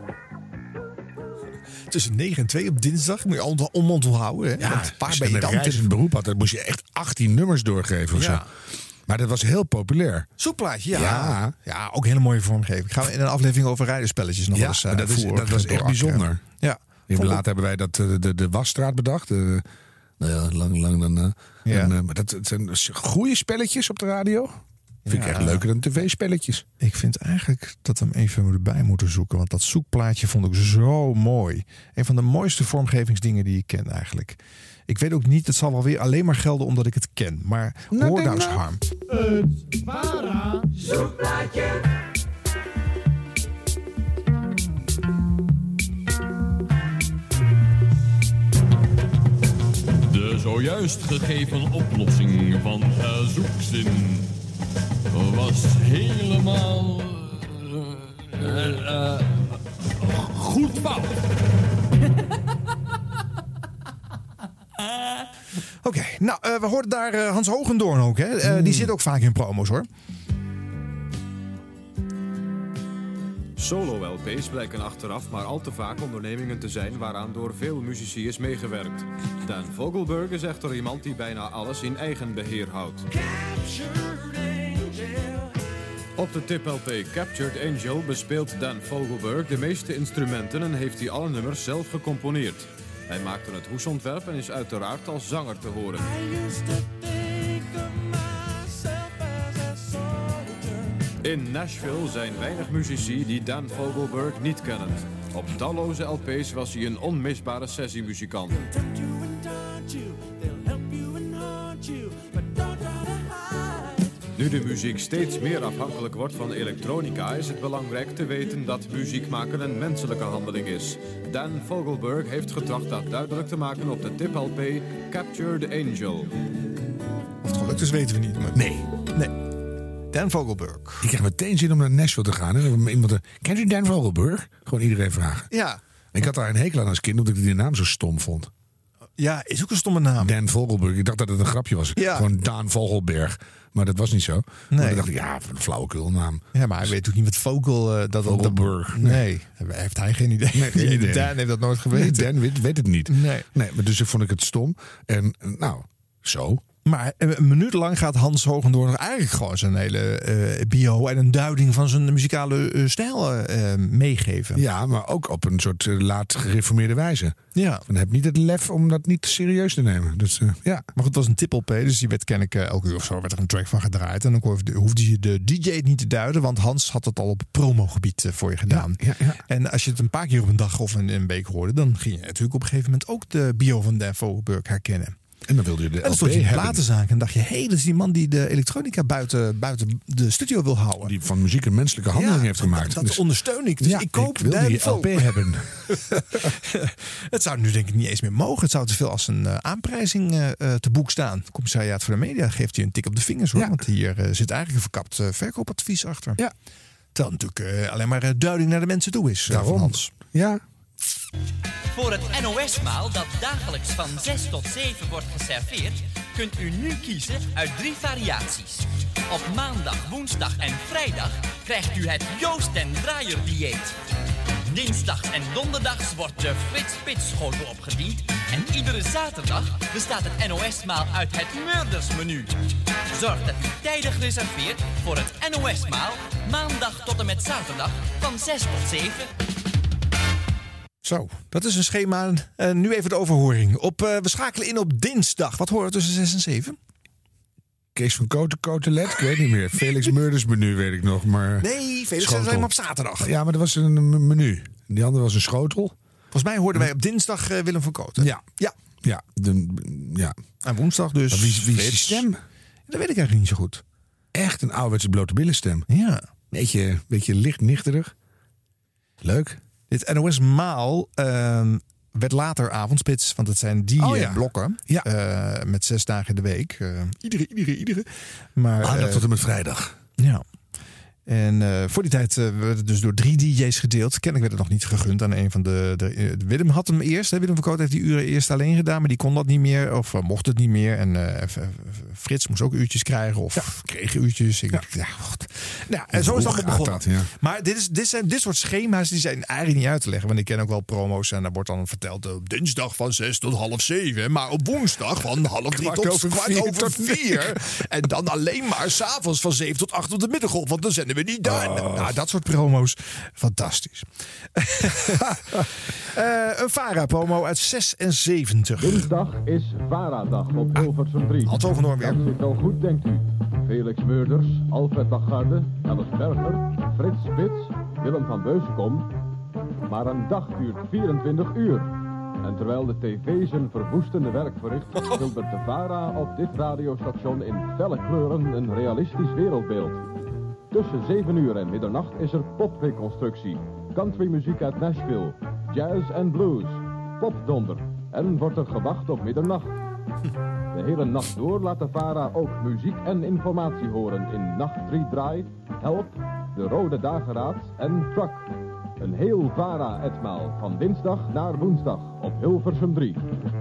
S2: Tussen 9 en 2 op dinsdag. Moet je ononthouden. Hè?
S3: Ja,
S2: een paar
S3: als je een reizend beroep had, dan moest je echt 18 nummers doorgeven of zo. Maar dat was heel populair.
S2: Zoekplaatje, ja, ook hele mooie vormgeving. Ik ga in een aflevering over rijdenspelletjes nog eens
S3: dat was echt bijzonder.
S2: Ja.
S3: Later hebben wij de wasstraat bedacht. Lang dan. Maar dat zijn goede spelletjes op de radio. Vind ik echt leuker dan tv-spelletjes.
S2: Ik vind eigenlijk dat we hem even erbij moeten zoeken. Want dat zoekplaatje vond ik zo mooi. Een van de mooiste vormgevingsdingen die ik ken eigenlijk. Ik weet ook niet, het zal wel weer alleen maar gelden omdat ik het ken. Maar hoor nou eens, Harm.
S8: Het VARA Zoekplaatje.
S16: De zojuist gegeven oplossing van zoekzin was helemaal goed fout.
S2: Oké, nou, we hoorden daar Hans Hogendoorn ook. Hè? Die zit ook vaak in promo's, hoor.
S17: Solo-LP's blijken achteraf maar al te vaak ondernemingen te zijn waaraan door veel muzici is meegewerkt. Dan Vogelberg is echter iemand die bijna alles in eigen beheer houdt. Op de tip-LP Captured Angel bespeelt Dan Vogelberg de meeste instrumenten en heeft hij alle nummers zelf gecomponeerd. Hij maakte het hoesontwerp en is uiteraard als zanger te horen. In Nashville zijn weinig muzici die Dan Vogelberg niet kennen. Op talloze LP's was hij een onmisbare sessiemuzikant. Nu de muziek steeds meer afhankelijk wordt van elektronica, is het belangrijk te weten dat muziek maken een menselijke handeling is. Dan Vogelberg heeft getracht dat duidelijk te maken op de tip-LP Captured Angel.
S2: Of het gelukt is, weten we niet. Maar...
S3: Nee.
S2: Dan Vogelberg.
S3: Ik krijg meteen zin om naar Nashville te gaan. Kent u Dan Vogelberg? Gewoon iedereen vragen.
S2: Ja.
S3: Ik had daar een hekel aan als kind, omdat ik die naam zo stom vond.
S2: Ja, is ook een stomme naam.
S3: Dan Vogelberg. Ik dacht dat het een grapje was.
S2: Ja.
S3: Gewoon Daan Vogelberg. Maar dat was niet zo.
S2: Nee.
S3: Maar dan dacht ik, ja, een flauwekul naam.
S2: Ja, maar hij weet ook niet wat
S3: Vogelberg.
S2: Nee, heeft hij geen idee.
S3: Nee, geen idee.
S2: Dan heeft dat nooit geweten.
S3: Nee, Dan weet het niet.
S2: Nee.
S3: Maar dus vond ik het stom. En nou, zo.
S2: Maar een minuut lang gaat Hans Hogendoorn nog eigenlijk gewoon zijn hele bio en een duiding van zijn muzikale stijl meegeven.
S3: Ja, maar ook op een soort laat gereformeerde wijze.
S2: Ja.
S3: Dan heb niet het lef om dat niet serieus te nemen. Dus ja.
S2: Maar goed, het was een tip-LP, dus die werd kennelijk elke uur of zo werd er een track van gedraaid. En dan hoefde je de DJ het niet te duiden, want Hans had het al op promogebied voor je gedaan.
S3: Ja.
S2: En als je het een paar keer op een dag of een week hoorde, dan ging je natuurlijk op een gegeven moment ook de bio van Dan Vogelberg herkennen.
S3: En dan wilde je de
S2: en dan
S3: LP
S2: stond je in de
S3: hebben.
S2: platenzaak en dacht je, hé, dat is die man die de elektronica buiten de studio wil houden.
S3: Die van muziek een menselijke handeling heeft gemaakt.
S2: Dat ondersteun ik. Dus ik koop
S3: wil die
S2: Dan
S3: LP hebben.
S2: Het zou nu denk ik niet eens meer mogen. Het zou te veel als een aanprijzing te boek staan. De Commissariaat voor de Media geeft je een tik op de vingers, hoor.
S3: Ja.
S2: Want hier zit eigenlijk een verkapt verkoopadvies achter.
S3: Ja.
S2: Terwijl natuurlijk alleen maar duiding naar de mensen toe is.
S3: Daarom.
S2: Van Hans.
S3: Ja.
S4: Voor het NOS-maal dat dagelijks van 6 tot 7 wordt geserveerd, kunt u nu kiezen uit 3 variaties. Op maandag, woensdag en vrijdag krijgt u het Joost en Draaier dieet. Dinsdags en donderdags wordt de Frits Spits schotel opgediend. En iedere zaterdag bestaat het NOS-maal uit het Murders-menu. Zorg dat u tijdig reserveert voor het NOS-maal maandag tot en met zaterdag van 6 tot 7.
S2: Zo, dat is een schema. Nu even de overhoring. We schakelen in op dinsdag. Wat horen we tussen 6 en 7?
S3: Kees van Cotelet, ik weet niet meer. Felix Murders menu weet ik nog. Maar
S2: Nee, Felix
S3: schotel.
S2: is alleen maar op zaterdag.
S3: Ja, maar dat was een menu. Die andere was een schotel.
S2: Volgens mij hoorden wij op dinsdag Willem van Koten.
S3: Ja. Ja.
S2: En woensdag dus.
S3: Maar wie is die stem?
S2: Dat weet ik eigenlijk niet zo goed.
S3: Echt een ouderwetse blote billenstem.
S2: Ja.
S3: Beetje licht nichterig. Leuk.
S2: Dit NOS-maal werd later avondspits, want het zijn die blokken.
S3: Ja.
S2: Met 6 dagen in de week. Iedere. Maar,
S3: Maandag tot en met vrijdag.
S2: Ja. En voor die tijd werd het dus door 3 DJ's gedeeld. Kennelijk werd het nog niet gegund aan een van de Willem had hem eerst. Willem van Koot heeft die uren eerst alleen gedaan. Maar die kon dat niet meer. Of mocht het niet meer. En Frits moest ook uurtjes krijgen. Of kreeg uurtjes. En zo is dat begonnen. Maar dit soort schema's die zijn eigenlijk niet uit te leggen. Want ik ken ook wel promo's. En daar wordt dan verteld op dinsdag van 6 tot half 7. Maar op woensdag van half 3 tot kwart over 4. En dan alleen maar 's avonds van 7 tot 8 op de middengolf. Want dan zenden we niet daar. Nou, dat soort promo's. Fantastisch. Een VARA-promo uit 76.
S7: Dinsdag is VARA-dag op Hilversum 3.
S2: Hans Hogendoorn weer.
S7: Dat zit wel goed, denkt u. Felix Murders, Alfred Lagarde, Alice Berger, Frits Spits, Willem van Beuzenkom. Maar een dag duurt 24 uur. En terwijl de tv zijn verwoestende werk verricht, schildert de VARA op dit radiostation in felle kleuren een realistisch wereldbeeld. Tussen 7 uur en middernacht is er popreconstructie, countrymuziek uit Nashville, jazz en blues, popdonder en wordt er gewacht op middernacht. De hele nacht door laat de VARA ook muziek en informatie horen in Nacht 3 Draai, Help, De Rode Dageraad en Truck. Een heel VARA-etmaal van dinsdag naar woensdag op Hilversum 3.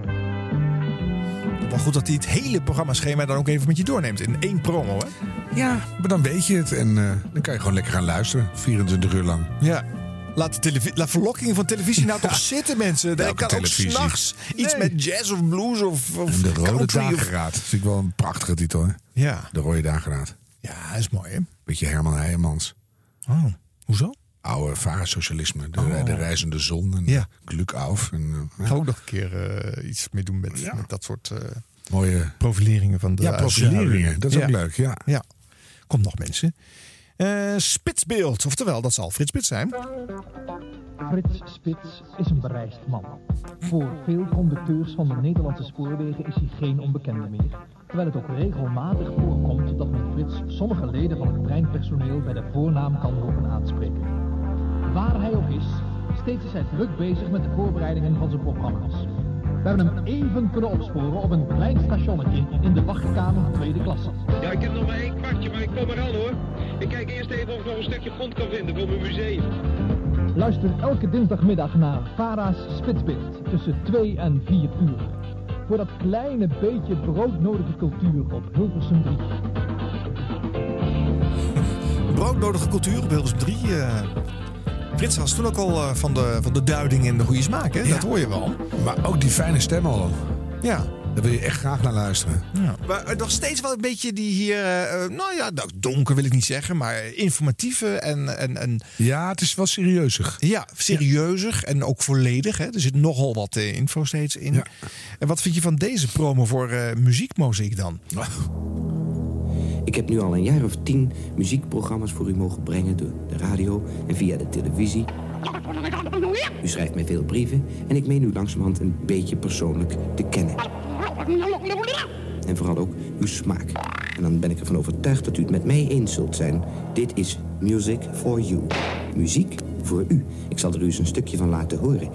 S2: Wel goed dat hij het hele programmaschema dan ook even met je doorneemt in 1 promo, hè?
S3: Ja, maar dan weet je het. En dan kan je gewoon lekker gaan luisteren. 24 uur lang.
S2: Ja. Laat verlokkingen van televisie nou toch zitten, mensen.
S3: Welke
S2: kan
S3: televisie?
S2: Ook 's nachts iets met jazz of blues of
S3: En De Rode
S2: country
S3: Dageraad. Dat vind ik wel een prachtige titel, hè?
S2: Ja.
S3: De Rode Dageraad.
S2: Ja, dat is mooi, hè?
S3: Beetje Herman Heijmans.
S2: Oh, hoezo?
S3: Oude VARA-socialisme. De reizende zon en
S2: Ja.
S3: Glück auf. En,
S2: Ik ga ook nog een keer iets mee doen met dat soort
S3: mooie
S2: profileringen van de
S3: profileringen. Dat is ook leuk,
S2: ja. Komt nog mensen. Spitsbeeld, oftewel, dat zal Frits Spits zijn.
S6: Frits Spits is een bereisd man. Voor veel conducteurs van de Nederlandse spoorwegen is hij geen onbekende meer. Terwijl het ook regelmatig voorkomt dat men Frits sommige leden van het treinpersoneel bij de voornaam kan horen aanspreken. Waar hij ook is, steeds is hij druk bezig met de voorbereidingen van zijn programma's. We hebben hem even kunnen opsporen op een klein stationnetje in de wachtkamer tweede klasse.
S19: Ja, ik heb nog maar 1 kwartje, maar ik kom eraan hoor. Ik kijk eerst even of ik nog een stukje grond kan vinden voor mijn museum.
S6: Luister elke dinsdagmiddag naar VARA's Spitsbeeld tussen 2 en 4 uur. voor dat kleine beetje broodnodige cultuur op Hilversum 3.
S2: Broodnodige cultuur op Hilversum 3. Frits was toen ook al van de duiding en de goede smaak, hè?
S3: Ja.
S2: Dat hoor je wel.
S3: Maar ook die fijne stem al.
S2: Ja.
S3: Daar wil je echt graag naar luisteren.
S2: Ja. Maar nog steeds wel een beetje die hier... donker wil ik niet zeggen, maar informatieve en...
S3: Ja, het is wel serieuzig.
S2: Ja, serieuzig en ook volledig. Hè? Er zit nogal wat info steeds in. Ja. En wat vind je van deze promo voor Muziekmozaïek dan?
S9: Ik heb nu al een jaar of 10 muziekprogramma's voor u mogen brengen door de radio en via de televisie. U schrijft mij veel brieven en ik meen u langzamerhand een beetje persoonlijk te kennen. En vooral ook uw smaak. En dan ben ik ervan overtuigd dat u het met mij eens zult zijn. Dit is Music for You. Muziek voor u. Ik zal er u eens een stukje van laten horen.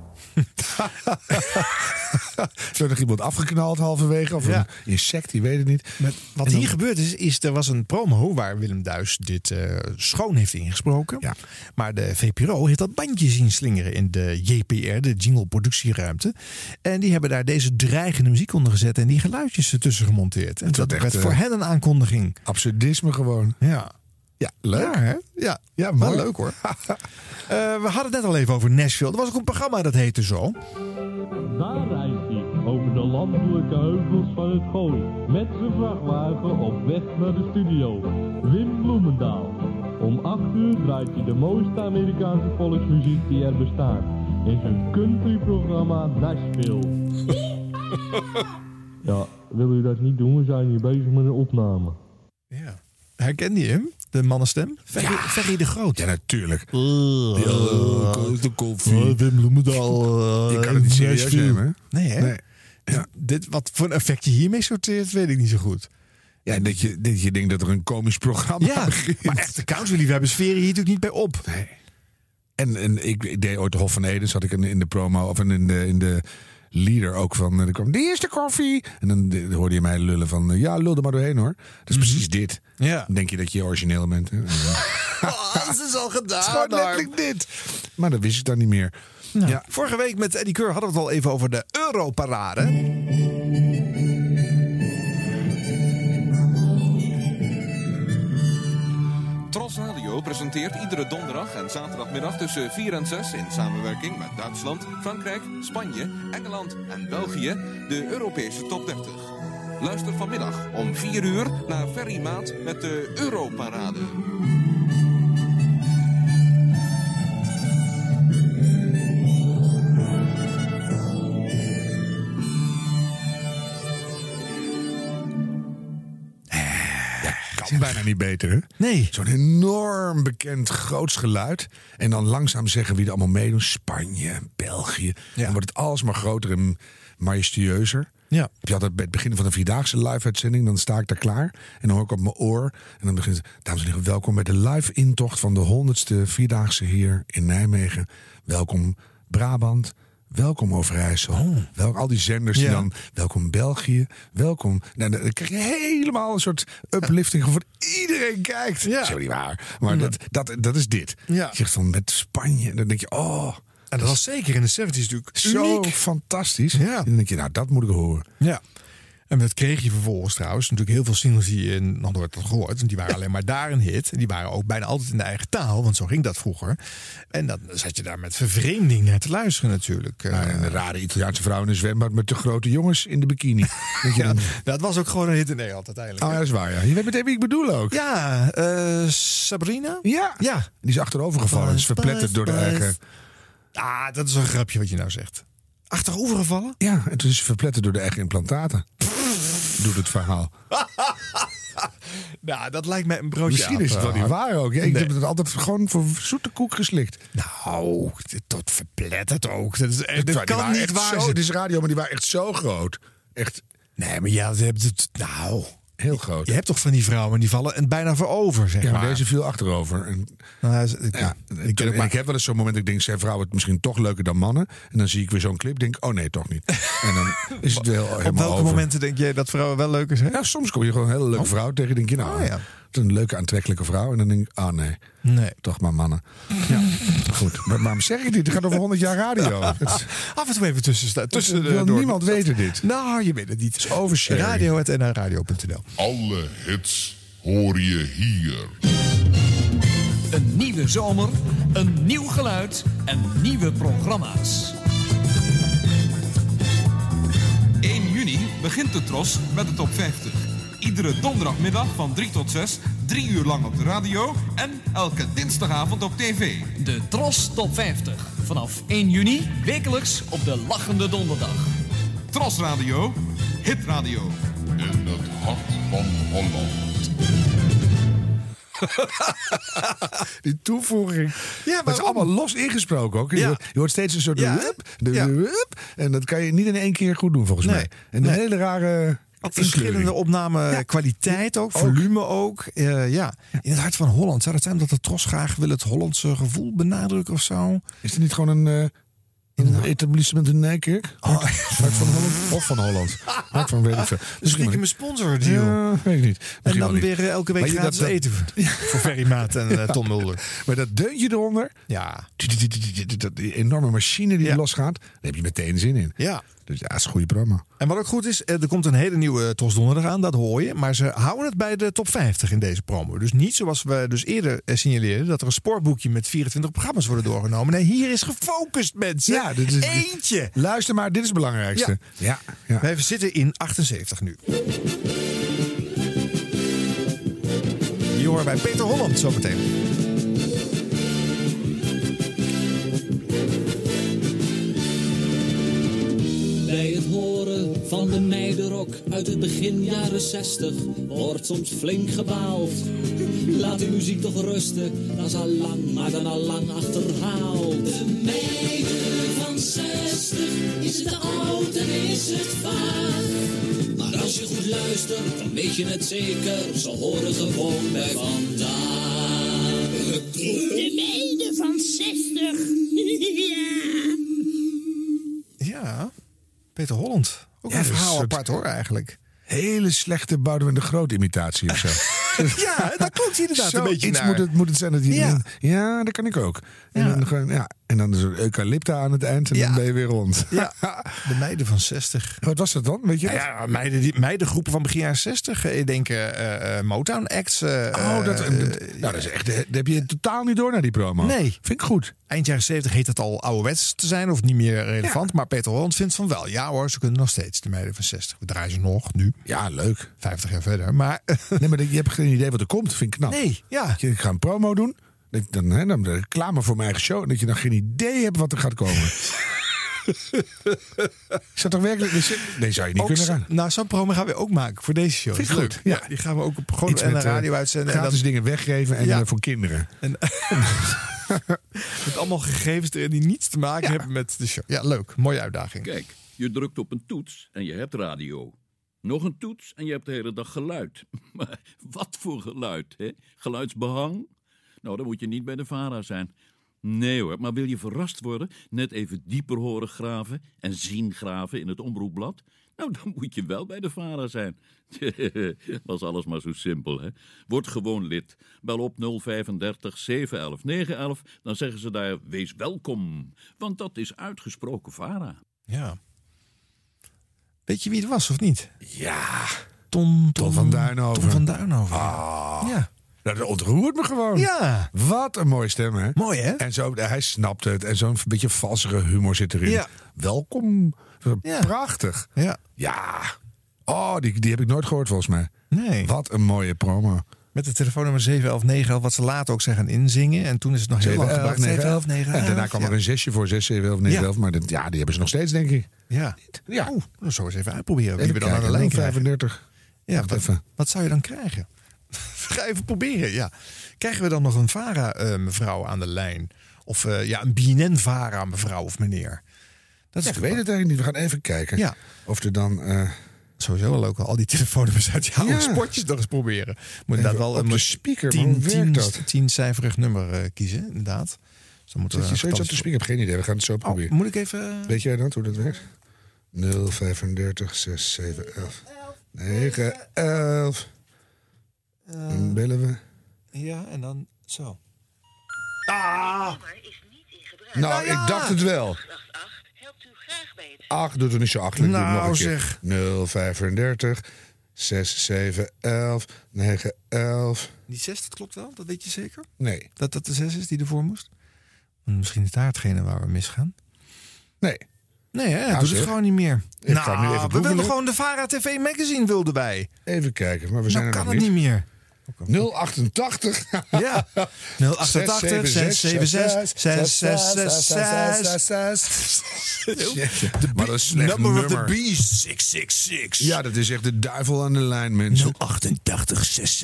S3: Is er nog iemand afgeknald halverwege? Of een insect, die weet het niet.
S2: Wat hier gebeurd is, er was een promo waar Willem Duis dit schoon heeft ingesproken. Ja. Maar de VPRO heeft dat bandje zien slingeren in de JPR, de Jingle Productieruimte. En die hebben daar deze dreigende muziek onder gezet en die geluidjes ertussen gemonteerd. En dat werd voor hen een aankondiging.
S3: Absurdisme gewoon.
S2: Ja.
S3: Ja, leuk.
S2: Ja, hè? Ja,
S3: mooi.
S2: wel leuk hoor. We hadden het net al even over Nashville. Er was ook een programma dat heette zo.
S11: Daar reist hij over de landelijke heuvels van het Gooi. Met zijn vrachtwagen op weg naar de studio. Wim Bloemendaal. Om 8 uur draait hij de mooiste Amerikaanse volksmuziek die er bestaat. In zijn countryprogramma Nashville. Ja, wil u dat niet doen? We zijn hier bezig met een opname.
S2: Ja. Herkende je hem? De mannenstem? Ferry de Groot.
S3: Ja, natuurlijk.
S2: De koffie. Wim Bloemendaal.
S3: Je kan het niet serieus nemen.
S2: Nee, hè? Nee. Ja. Wat voor een effect je hiermee sorteert, weet ik niet zo goed.
S3: Ja, dat je denkt dat er een komisch programma begint.
S2: Maar echt, de countryliefhebbers sferen hier natuurlijk niet bij op.
S3: Nee. En ik deed ooit de Hof van Eden, zat ik in de promo, of in de leader ook van, er kwam de eerste koffie. En dan hoorde je mij lullen van, ja, lul er maar doorheen hoor. Dat is precies dit.
S2: Ja.
S3: Dan denk je dat je origineel bent. Hè?
S2: Dat is al gedaan.
S3: Het is gewoon letterlijk dit. Maar dat wist ik dan niet meer.
S2: Nou, ja. Vorige week met Eddie Keur hadden we het al even over de Europarade.
S23: Tros Radio presenteert iedere donderdag en zaterdagmiddag tussen 4 en 6... in samenwerking met Duitsland, Frankrijk, Spanje, Engeland en België... de Europese top 30. Luister vanmiddag om 4 uur naar Ferry Maat met de Europarade.
S3: Kan bijna niet beter, hè?
S2: Nee.
S3: Zo'n enorm bekend groots geluid. En dan langzaam zeggen wie er allemaal meedoen. Spanje, België. Ja. Dan wordt het alsmaar groter en majestueuzer.
S2: Ja.
S3: Heb je altijd bij het begin van de Vierdaagse live-uitzending... dan sta ik daar klaar en dan hoor ik op mijn oor... en dan begint het, dames en heren, welkom bij de live-intocht... van de 100ste Vierdaagse hier in Nijmegen. Welkom Brabant... Welkom Overijssel. Al die zenders die dan... Welkom België. Welkom... Nou, dan krijg je helemaal een soort uplifting... voor iedereen kijkt. Ja. Dat is niet waar. Maar dat is dit. Ja. Je zegt van met Spanje. Dan denk je, oh...
S2: En dat was zeker in de 70's natuurlijk
S3: zo
S2: uniek.
S3: Fantastisch. Ja. En dan denk je, nou, dat moet ik horen.
S2: Ja. En dat kreeg je vervolgens trouwens. Natuurlijk heel veel singles die je nog nooit had gehoord. Want die waren alleen maar daar een hit. En die waren ook bijna altijd in de eigen taal. Want zo ging dat vroeger. En dan zat je daar met vervreemding naar te luisteren natuurlijk.
S3: En de rare Italiaanse vrouw in een zwembad met de grote jongens in de bikini.
S2: Dat was ook gewoon een hit in Nederland uiteindelijk.
S3: Oh, dat is waar, ja. Je weet meteen wie ik bedoel ook.
S2: Ja, Sabrina?
S3: Ja. Die is achterover gevallen. Is verpletterd door de eigen...
S2: Ah, dat is een grapje wat je nou zegt. Achterover gevallen?
S3: Ja, en toen is ze verpletterd door de eigen implantaten. Doet het verhaal.
S2: Nou, dat lijkt mij een broodje.
S3: Misschien is het wel niet waar ook. Ja, ik heb het altijd gewoon voor zoete koek geslikt.
S2: Nou, tot verpletterd ook. Dat kan niet waar zijn.
S3: Het is radio, maar die waren echt zo groot. Echt.
S2: Nee, maar ja, ze hebben het... Nou...
S3: Heel groot.
S2: Je hebt toch van die vrouwen die vallen en bijna voorover, zeg maar.
S3: Ja, maar deze viel achterover. En, ik heb wel eens zo'n moment dat ik denk... zijn vrouwen het misschien toch leuker dan mannen? En dan zie ik weer zo'n clip, denk ik, oh nee, toch niet. En dan is het wel helemaal
S2: op welke momenten denk jij dat vrouwen wel leuker zijn?
S3: Ja, soms kom je gewoon een hele leuke vrouw tegen. Denk je, nou, is een leuke, aantrekkelijke vrouw. En dan denk ik, nee, toch maar mannen. Ja, goed. Maar waarom zeg ik dit? Het gaat over 100 jaar radio.
S2: Af en toe even tussen
S3: wil niemand weten dit.
S2: Nou, je weet het niet.
S3: Het is oversharing.
S2: Radio@nradio.nl.
S12: Alle hits hoor je hier.
S1: Een nieuwe zomer, een nieuw geluid en nieuwe programma's.
S23: 1 juni begint de Tros met de top 50. Iedere donderdagmiddag van 3 tot 6, 3 uur lang op de radio en elke dinsdagavond op tv.
S1: De Tros Top 50. Vanaf 1 juni wekelijks op de Lachende Donderdag.
S23: Tros Radio, hitradio.
S12: In het hart van Holland.
S3: Die toevoeging. Ja, maar het is allemaal los ingesproken ook.
S2: Ja.
S3: Je hoort steeds een soort wup. En dat kan je niet in één keer goed doen volgens mij. En een hele rare...
S2: Ook verschillende opname kwaliteit ook, volume ook. Ja. In het hart van Holland. Zou het zijn dat de Tros graag wil het Hollandse gevoel benadrukken of zo?
S3: Is er niet gewoon een etablissement in Nijkerk? Hart van Holland? Of van Holland? Hart van weet ik veel.
S2: Dus ik mijn sponsordeal.
S3: Ja, weet ik niet.
S2: En dan weer elke week gratis eten voor Ferry Maat en Tom Mulder.
S3: Maar dat deuntje eronder.
S2: Ja.
S3: Die enorme machine die losgaat. Daar heb je meteen zin in.
S2: Ja.
S3: Dus ja, het is een goede programma.
S2: En wat ook goed is, er komt een hele nieuwe Tros Donderdag aan, dat hoor je. Maar ze houden het bij de top 50 in deze promo. Dus niet zoals we dus eerder signaleerden, dat er een sportboekje met 24 programma's worden doorgenomen. Nee, hier is gefocust, mensen.
S3: Ja, dit is
S2: eentje.
S3: Luister maar, dit is het belangrijkste. Ja.
S2: Wij zitten in 78 nu. Die horen bij Peter Holland zometeen.
S15: Bij het horen van de meidenrok uit het begin jaren 60 wordt soms flink gebaald. Laat die muziek toch rusten, dat is al lang, maar dan al lang achterhaald. De meiden van 60, is het te oud en is het vaag. Maar als je goed luistert, dan weet je het zeker, ze horen gewoon bij vandaag.
S8: De meiden van 60,
S2: Ja, Peter Holland. Ook een verhaal apart hoor eigenlijk.
S3: Hele slechte Boudewijn de Groot imitatie of zo.
S2: Ja, dat klopt inderdaad een beetje
S3: iets
S2: naar.
S3: moet het zijn dat je... Ja, dat kan ik ook. En dan is er eucalypta aan het eind en dan ben je weer rond.
S2: Ja, de meiden van 60.
S3: Wat was dat dan? Weet je
S2: Ja, meidengroepen van begin jaren 60. Ik denk Motown acts.
S3: dat is echt... Dat heb je totaal niet door naar die promo.
S2: Nee.
S3: Vind ik goed.
S2: Eind jaren 70 heet het al ouderwets te zijn of niet meer relevant. Maar Peter Holland vindt van wel. Ja hoor, ze kunnen nog steeds, de meiden van 60. We draaien ze nog, nu.
S3: Ja, leuk.
S2: 50 jaar verder. Maar
S3: nee, maar je hebt geen idee wat er komt. Vind ik knap.
S2: Nee, ja.
S3: Ik ga een promo doen. Dan de reclame voor mijn eigen show. Dat je dan geen idee hebt wat er gaat komen. Is dat toch werkelijk... Nee, zou je niet kunnen gaan.
S2: Nou, zo'n promo gaan we ook maken voor deze show.
S3: Vind ik goed.
S2: Ja, die gaan we ook op gewoon en de radio uitzenden.
S3: Gratis
S2: en dan
S3: dingen weggeven en voor kinderen.
S2: En met allemaal gegevens erin die niets te maken hebben met de show. Ja, leuk. Mooie uitdaging.
S20: Kijk, je drukt op een toets en je hebt radio. Nog een toets en je hebt de hele dag geluid. Maar wat voor geluid, hè? Geluidsbehang? Nou, dan moet je niet bij de VARA zijn. Nee hoor, maar wil je verrast worden, net even dieper horen graven en zien graven in het omroepblad? Nou, dan moet je wel bij de VARA zijn. Was alles maar zo simpel, hè? Word gewoon lid. Bel op 035 711 911, dan zeggen ze daar, wees welkom. Want dat is uitgesproken VARA.
S2: Ja. Weet je wie het was of niet?
S3: Ja.
S2: Ton
S3: van Duinhoven.
S2: Ton van Duinhoven.
S3: Ja. Nou, dat ontroert me gewoon.
S2: Ja.
S3: Wat een mooie stem, hè?
S2: Mooi, hè?
S3: En zo, hij snapt het. En zo'n beetje valsere humor zit erin. Ja. Welkom. Prachtig.
S2: Ja.
S3: Ja. Oh, die heb ik nooit gehoord, volgens mij.
S2: Nee.
S3: Wat een mooie promo.
S2: Met de telefoonnummer 711-911, wat ze later ook zijn gaan inzingen. En toen is het nog heel lang gebruikt. 711-911.
S3: En daarna kwam er een zesje voor 6, 711-911. Maar die hebben ze nog steeds, denk ik.
S2: Ja.
S3: Ja.
S2: Nou, zo eens even uitproberen. Wie we dan aan de lijn
S3: 35.
S2: Ja, wat zou je dan krijgen? Ga even proberen, ja. Krijgen we dan nog een VARA-mevrouw aan de lijn? Of een BNN-VARA mevrouw of meneer? Dat is
S3: ik weet het eigenlijk niet. We gaan even kijken.
S2: Ja.
S3: Of er dan...
S2: Sowieso wel ook al die telefoonnummers uit je oude spotjes nog eens proberen. Moet inderdaad wel
S3: op de speaker, hoe werkt dat?
S2: 10-cijferig nummer kiezen, inderdaad. Dus dan moeten
S3: je zoiets op de speaker? Ik heb geen idee, we gaan het zo proberen.
S2: Moet ik even...
S3: Weet jij dan hoe dat werkt? 035 6 7 11 9 11. Dan bellen we.
S2: Ja, en dan zo.
S3: Nou, ik dacht het wel. Ach, doet er niet zo achtelijk. Doe het nog een keer. 035 6711 911.
S2: Die 6, dat klopt wel? Dat weet je zeker?
S3: Nee.
S2: Dat de 6 is die ervoor moest? Misschien is daar hetgene waar we misgaan.
S3: Nee.
S2: Nee, hè? Doet het gewoon niet meer.
S3: Ik ga nu even
S2: we
S3: googlen.
S2: wilden gewoon de VARA TV Magazine wilden wij.
S3: Even kijken, maar we zijn er
S2: kan
S3: nog
S2: het niet meer.
S3: 088.
S2: Ja. 088 676 6666.
S3: Maar dat is slecht
S2: Number of the
S3: nummer.
S2: beast 666.
S3: Ja, dat is echt de duivel aan de lijn, mensen.
S2: 088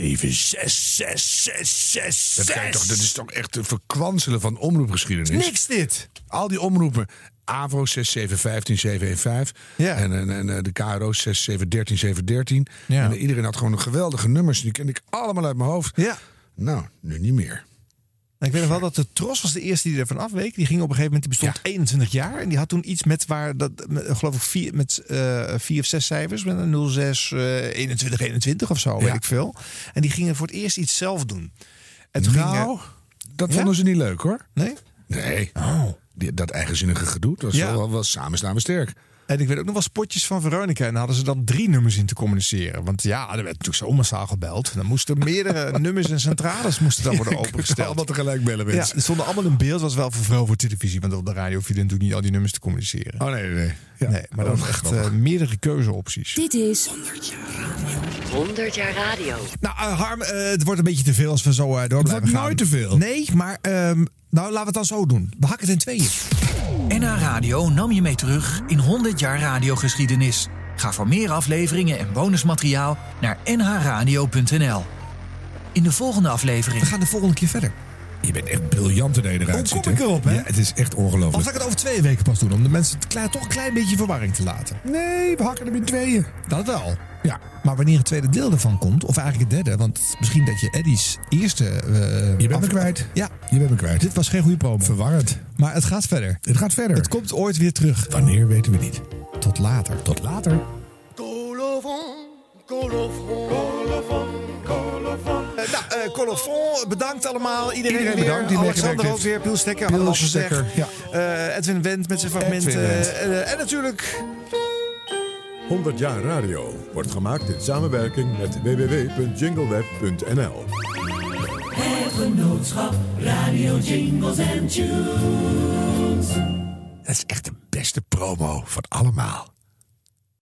S2: 676
S3: Dat is toch echt te verkwanselen van omroepgeschiedenis.
S2: Niks dit.
S3: Al die omroepen. AVRO 6715 715.
S2: Ja.
S3: En de KRO 6713 713.
S2: Ja.
S3: En iedereen had gewoon geweldige nummers. Die kende ik allemaal uit mijn hoofd.
S2: Ja.
S3: Nou, nu niet meer.
S2: Ik weet nog wel dat de Tros was de eerste die ervan afweek. Die ging op een gegeven moment, die bestond 21 jaar. En die had toen iets met geloof ik 4 of 6 cijfers. Met een 06, 21, 21 of zo, weet ik veel. En die gingen voor het eerst iets zelf doen. En toen
S3: dat vonden ze niet leuk, hoor.
S2: Nee?
S3: Nee.
S2: Oh.
S3: Dat eigenzinnige gedoe, dat was wel samen staan we sterk.
S2: En ik weet ook nog wel spotjes van Veronica. En daar hadden ze dan 3 nummers in te communiceren. Want ja, er werd natuurlijk zo massaal gebeld. Dan moesten meerdere nummers en centrales moesten dan worden opengesteld.
S3: Allemaal tegelijk bellen mensen.
S2: Ja, er stonden allemaal in beeld. Was wel voor televisie. Want op de radio viel natuurlijk niet al die nummers te communiceren.
S3: Oh nee. Ja.
S2: Nee, maar dan echt meerdere keuzeopties.
S8: Dit is
S10: 100 jaar radio.
S2: Nou, Harm, het wordt een beetje te veel als we zo door blijven gaan.
S3: wordt nooit te veel.
S2: Nee, maar laten we het dan zo doen. We hakken het in tweeën.
S1: NH Radio nam je mee terug in 100 jaar radiogeschiedenis. Ga voor meer afleveringen en bonusmateriaal naar nhradio.nl. In de volgende aflevering...
S2: We gaan de volgende keer verder.
S3: Je bent echt briljant in de eruit
S2: Hoe kom ik erop, hè?
S3: Ja, het is echt ongelooflijk.
S2: Of zal ik het over 2 weken pas doen? Om de mensen toch een klein beetje verwarring te laten.
S3: Nee, we hakken hem in tweeën.
S2: Dat wel.
S3: Ja.
S2: Maar wanneer het tweede deel ervan komt, of eigenlijk het derde... want misschien dat je Eddie's eerste...
S3: je bent me kwijt.
S2: Ja.
S3: Je bent me kwijt.
S2: Dit was geen goede promo.
S3: Verwarrend.
S2: Maar het gaat verder.
S3: Het gaat verder.
S2: Het komt ooit weer terug.
S3: Wanneer weten we niet.
S2: Tot later.
S3: Tot later.
S2: Colofon, bedankt allemaal. Iedereen weer.
S3: Bedankt die
S2: Alexander ook weer. Piel Stekker, hadden we al gezegd. Edwin Wendt met zijn fragmenten. En natuurlijk...
S13: 100 jaar radio wordt gemaakt in samenwerking met www.jingleweb.nl.
S8: Het genootschap Radio Jingles and Tunes.
S3: Dat is echt de beste promo van allemaal.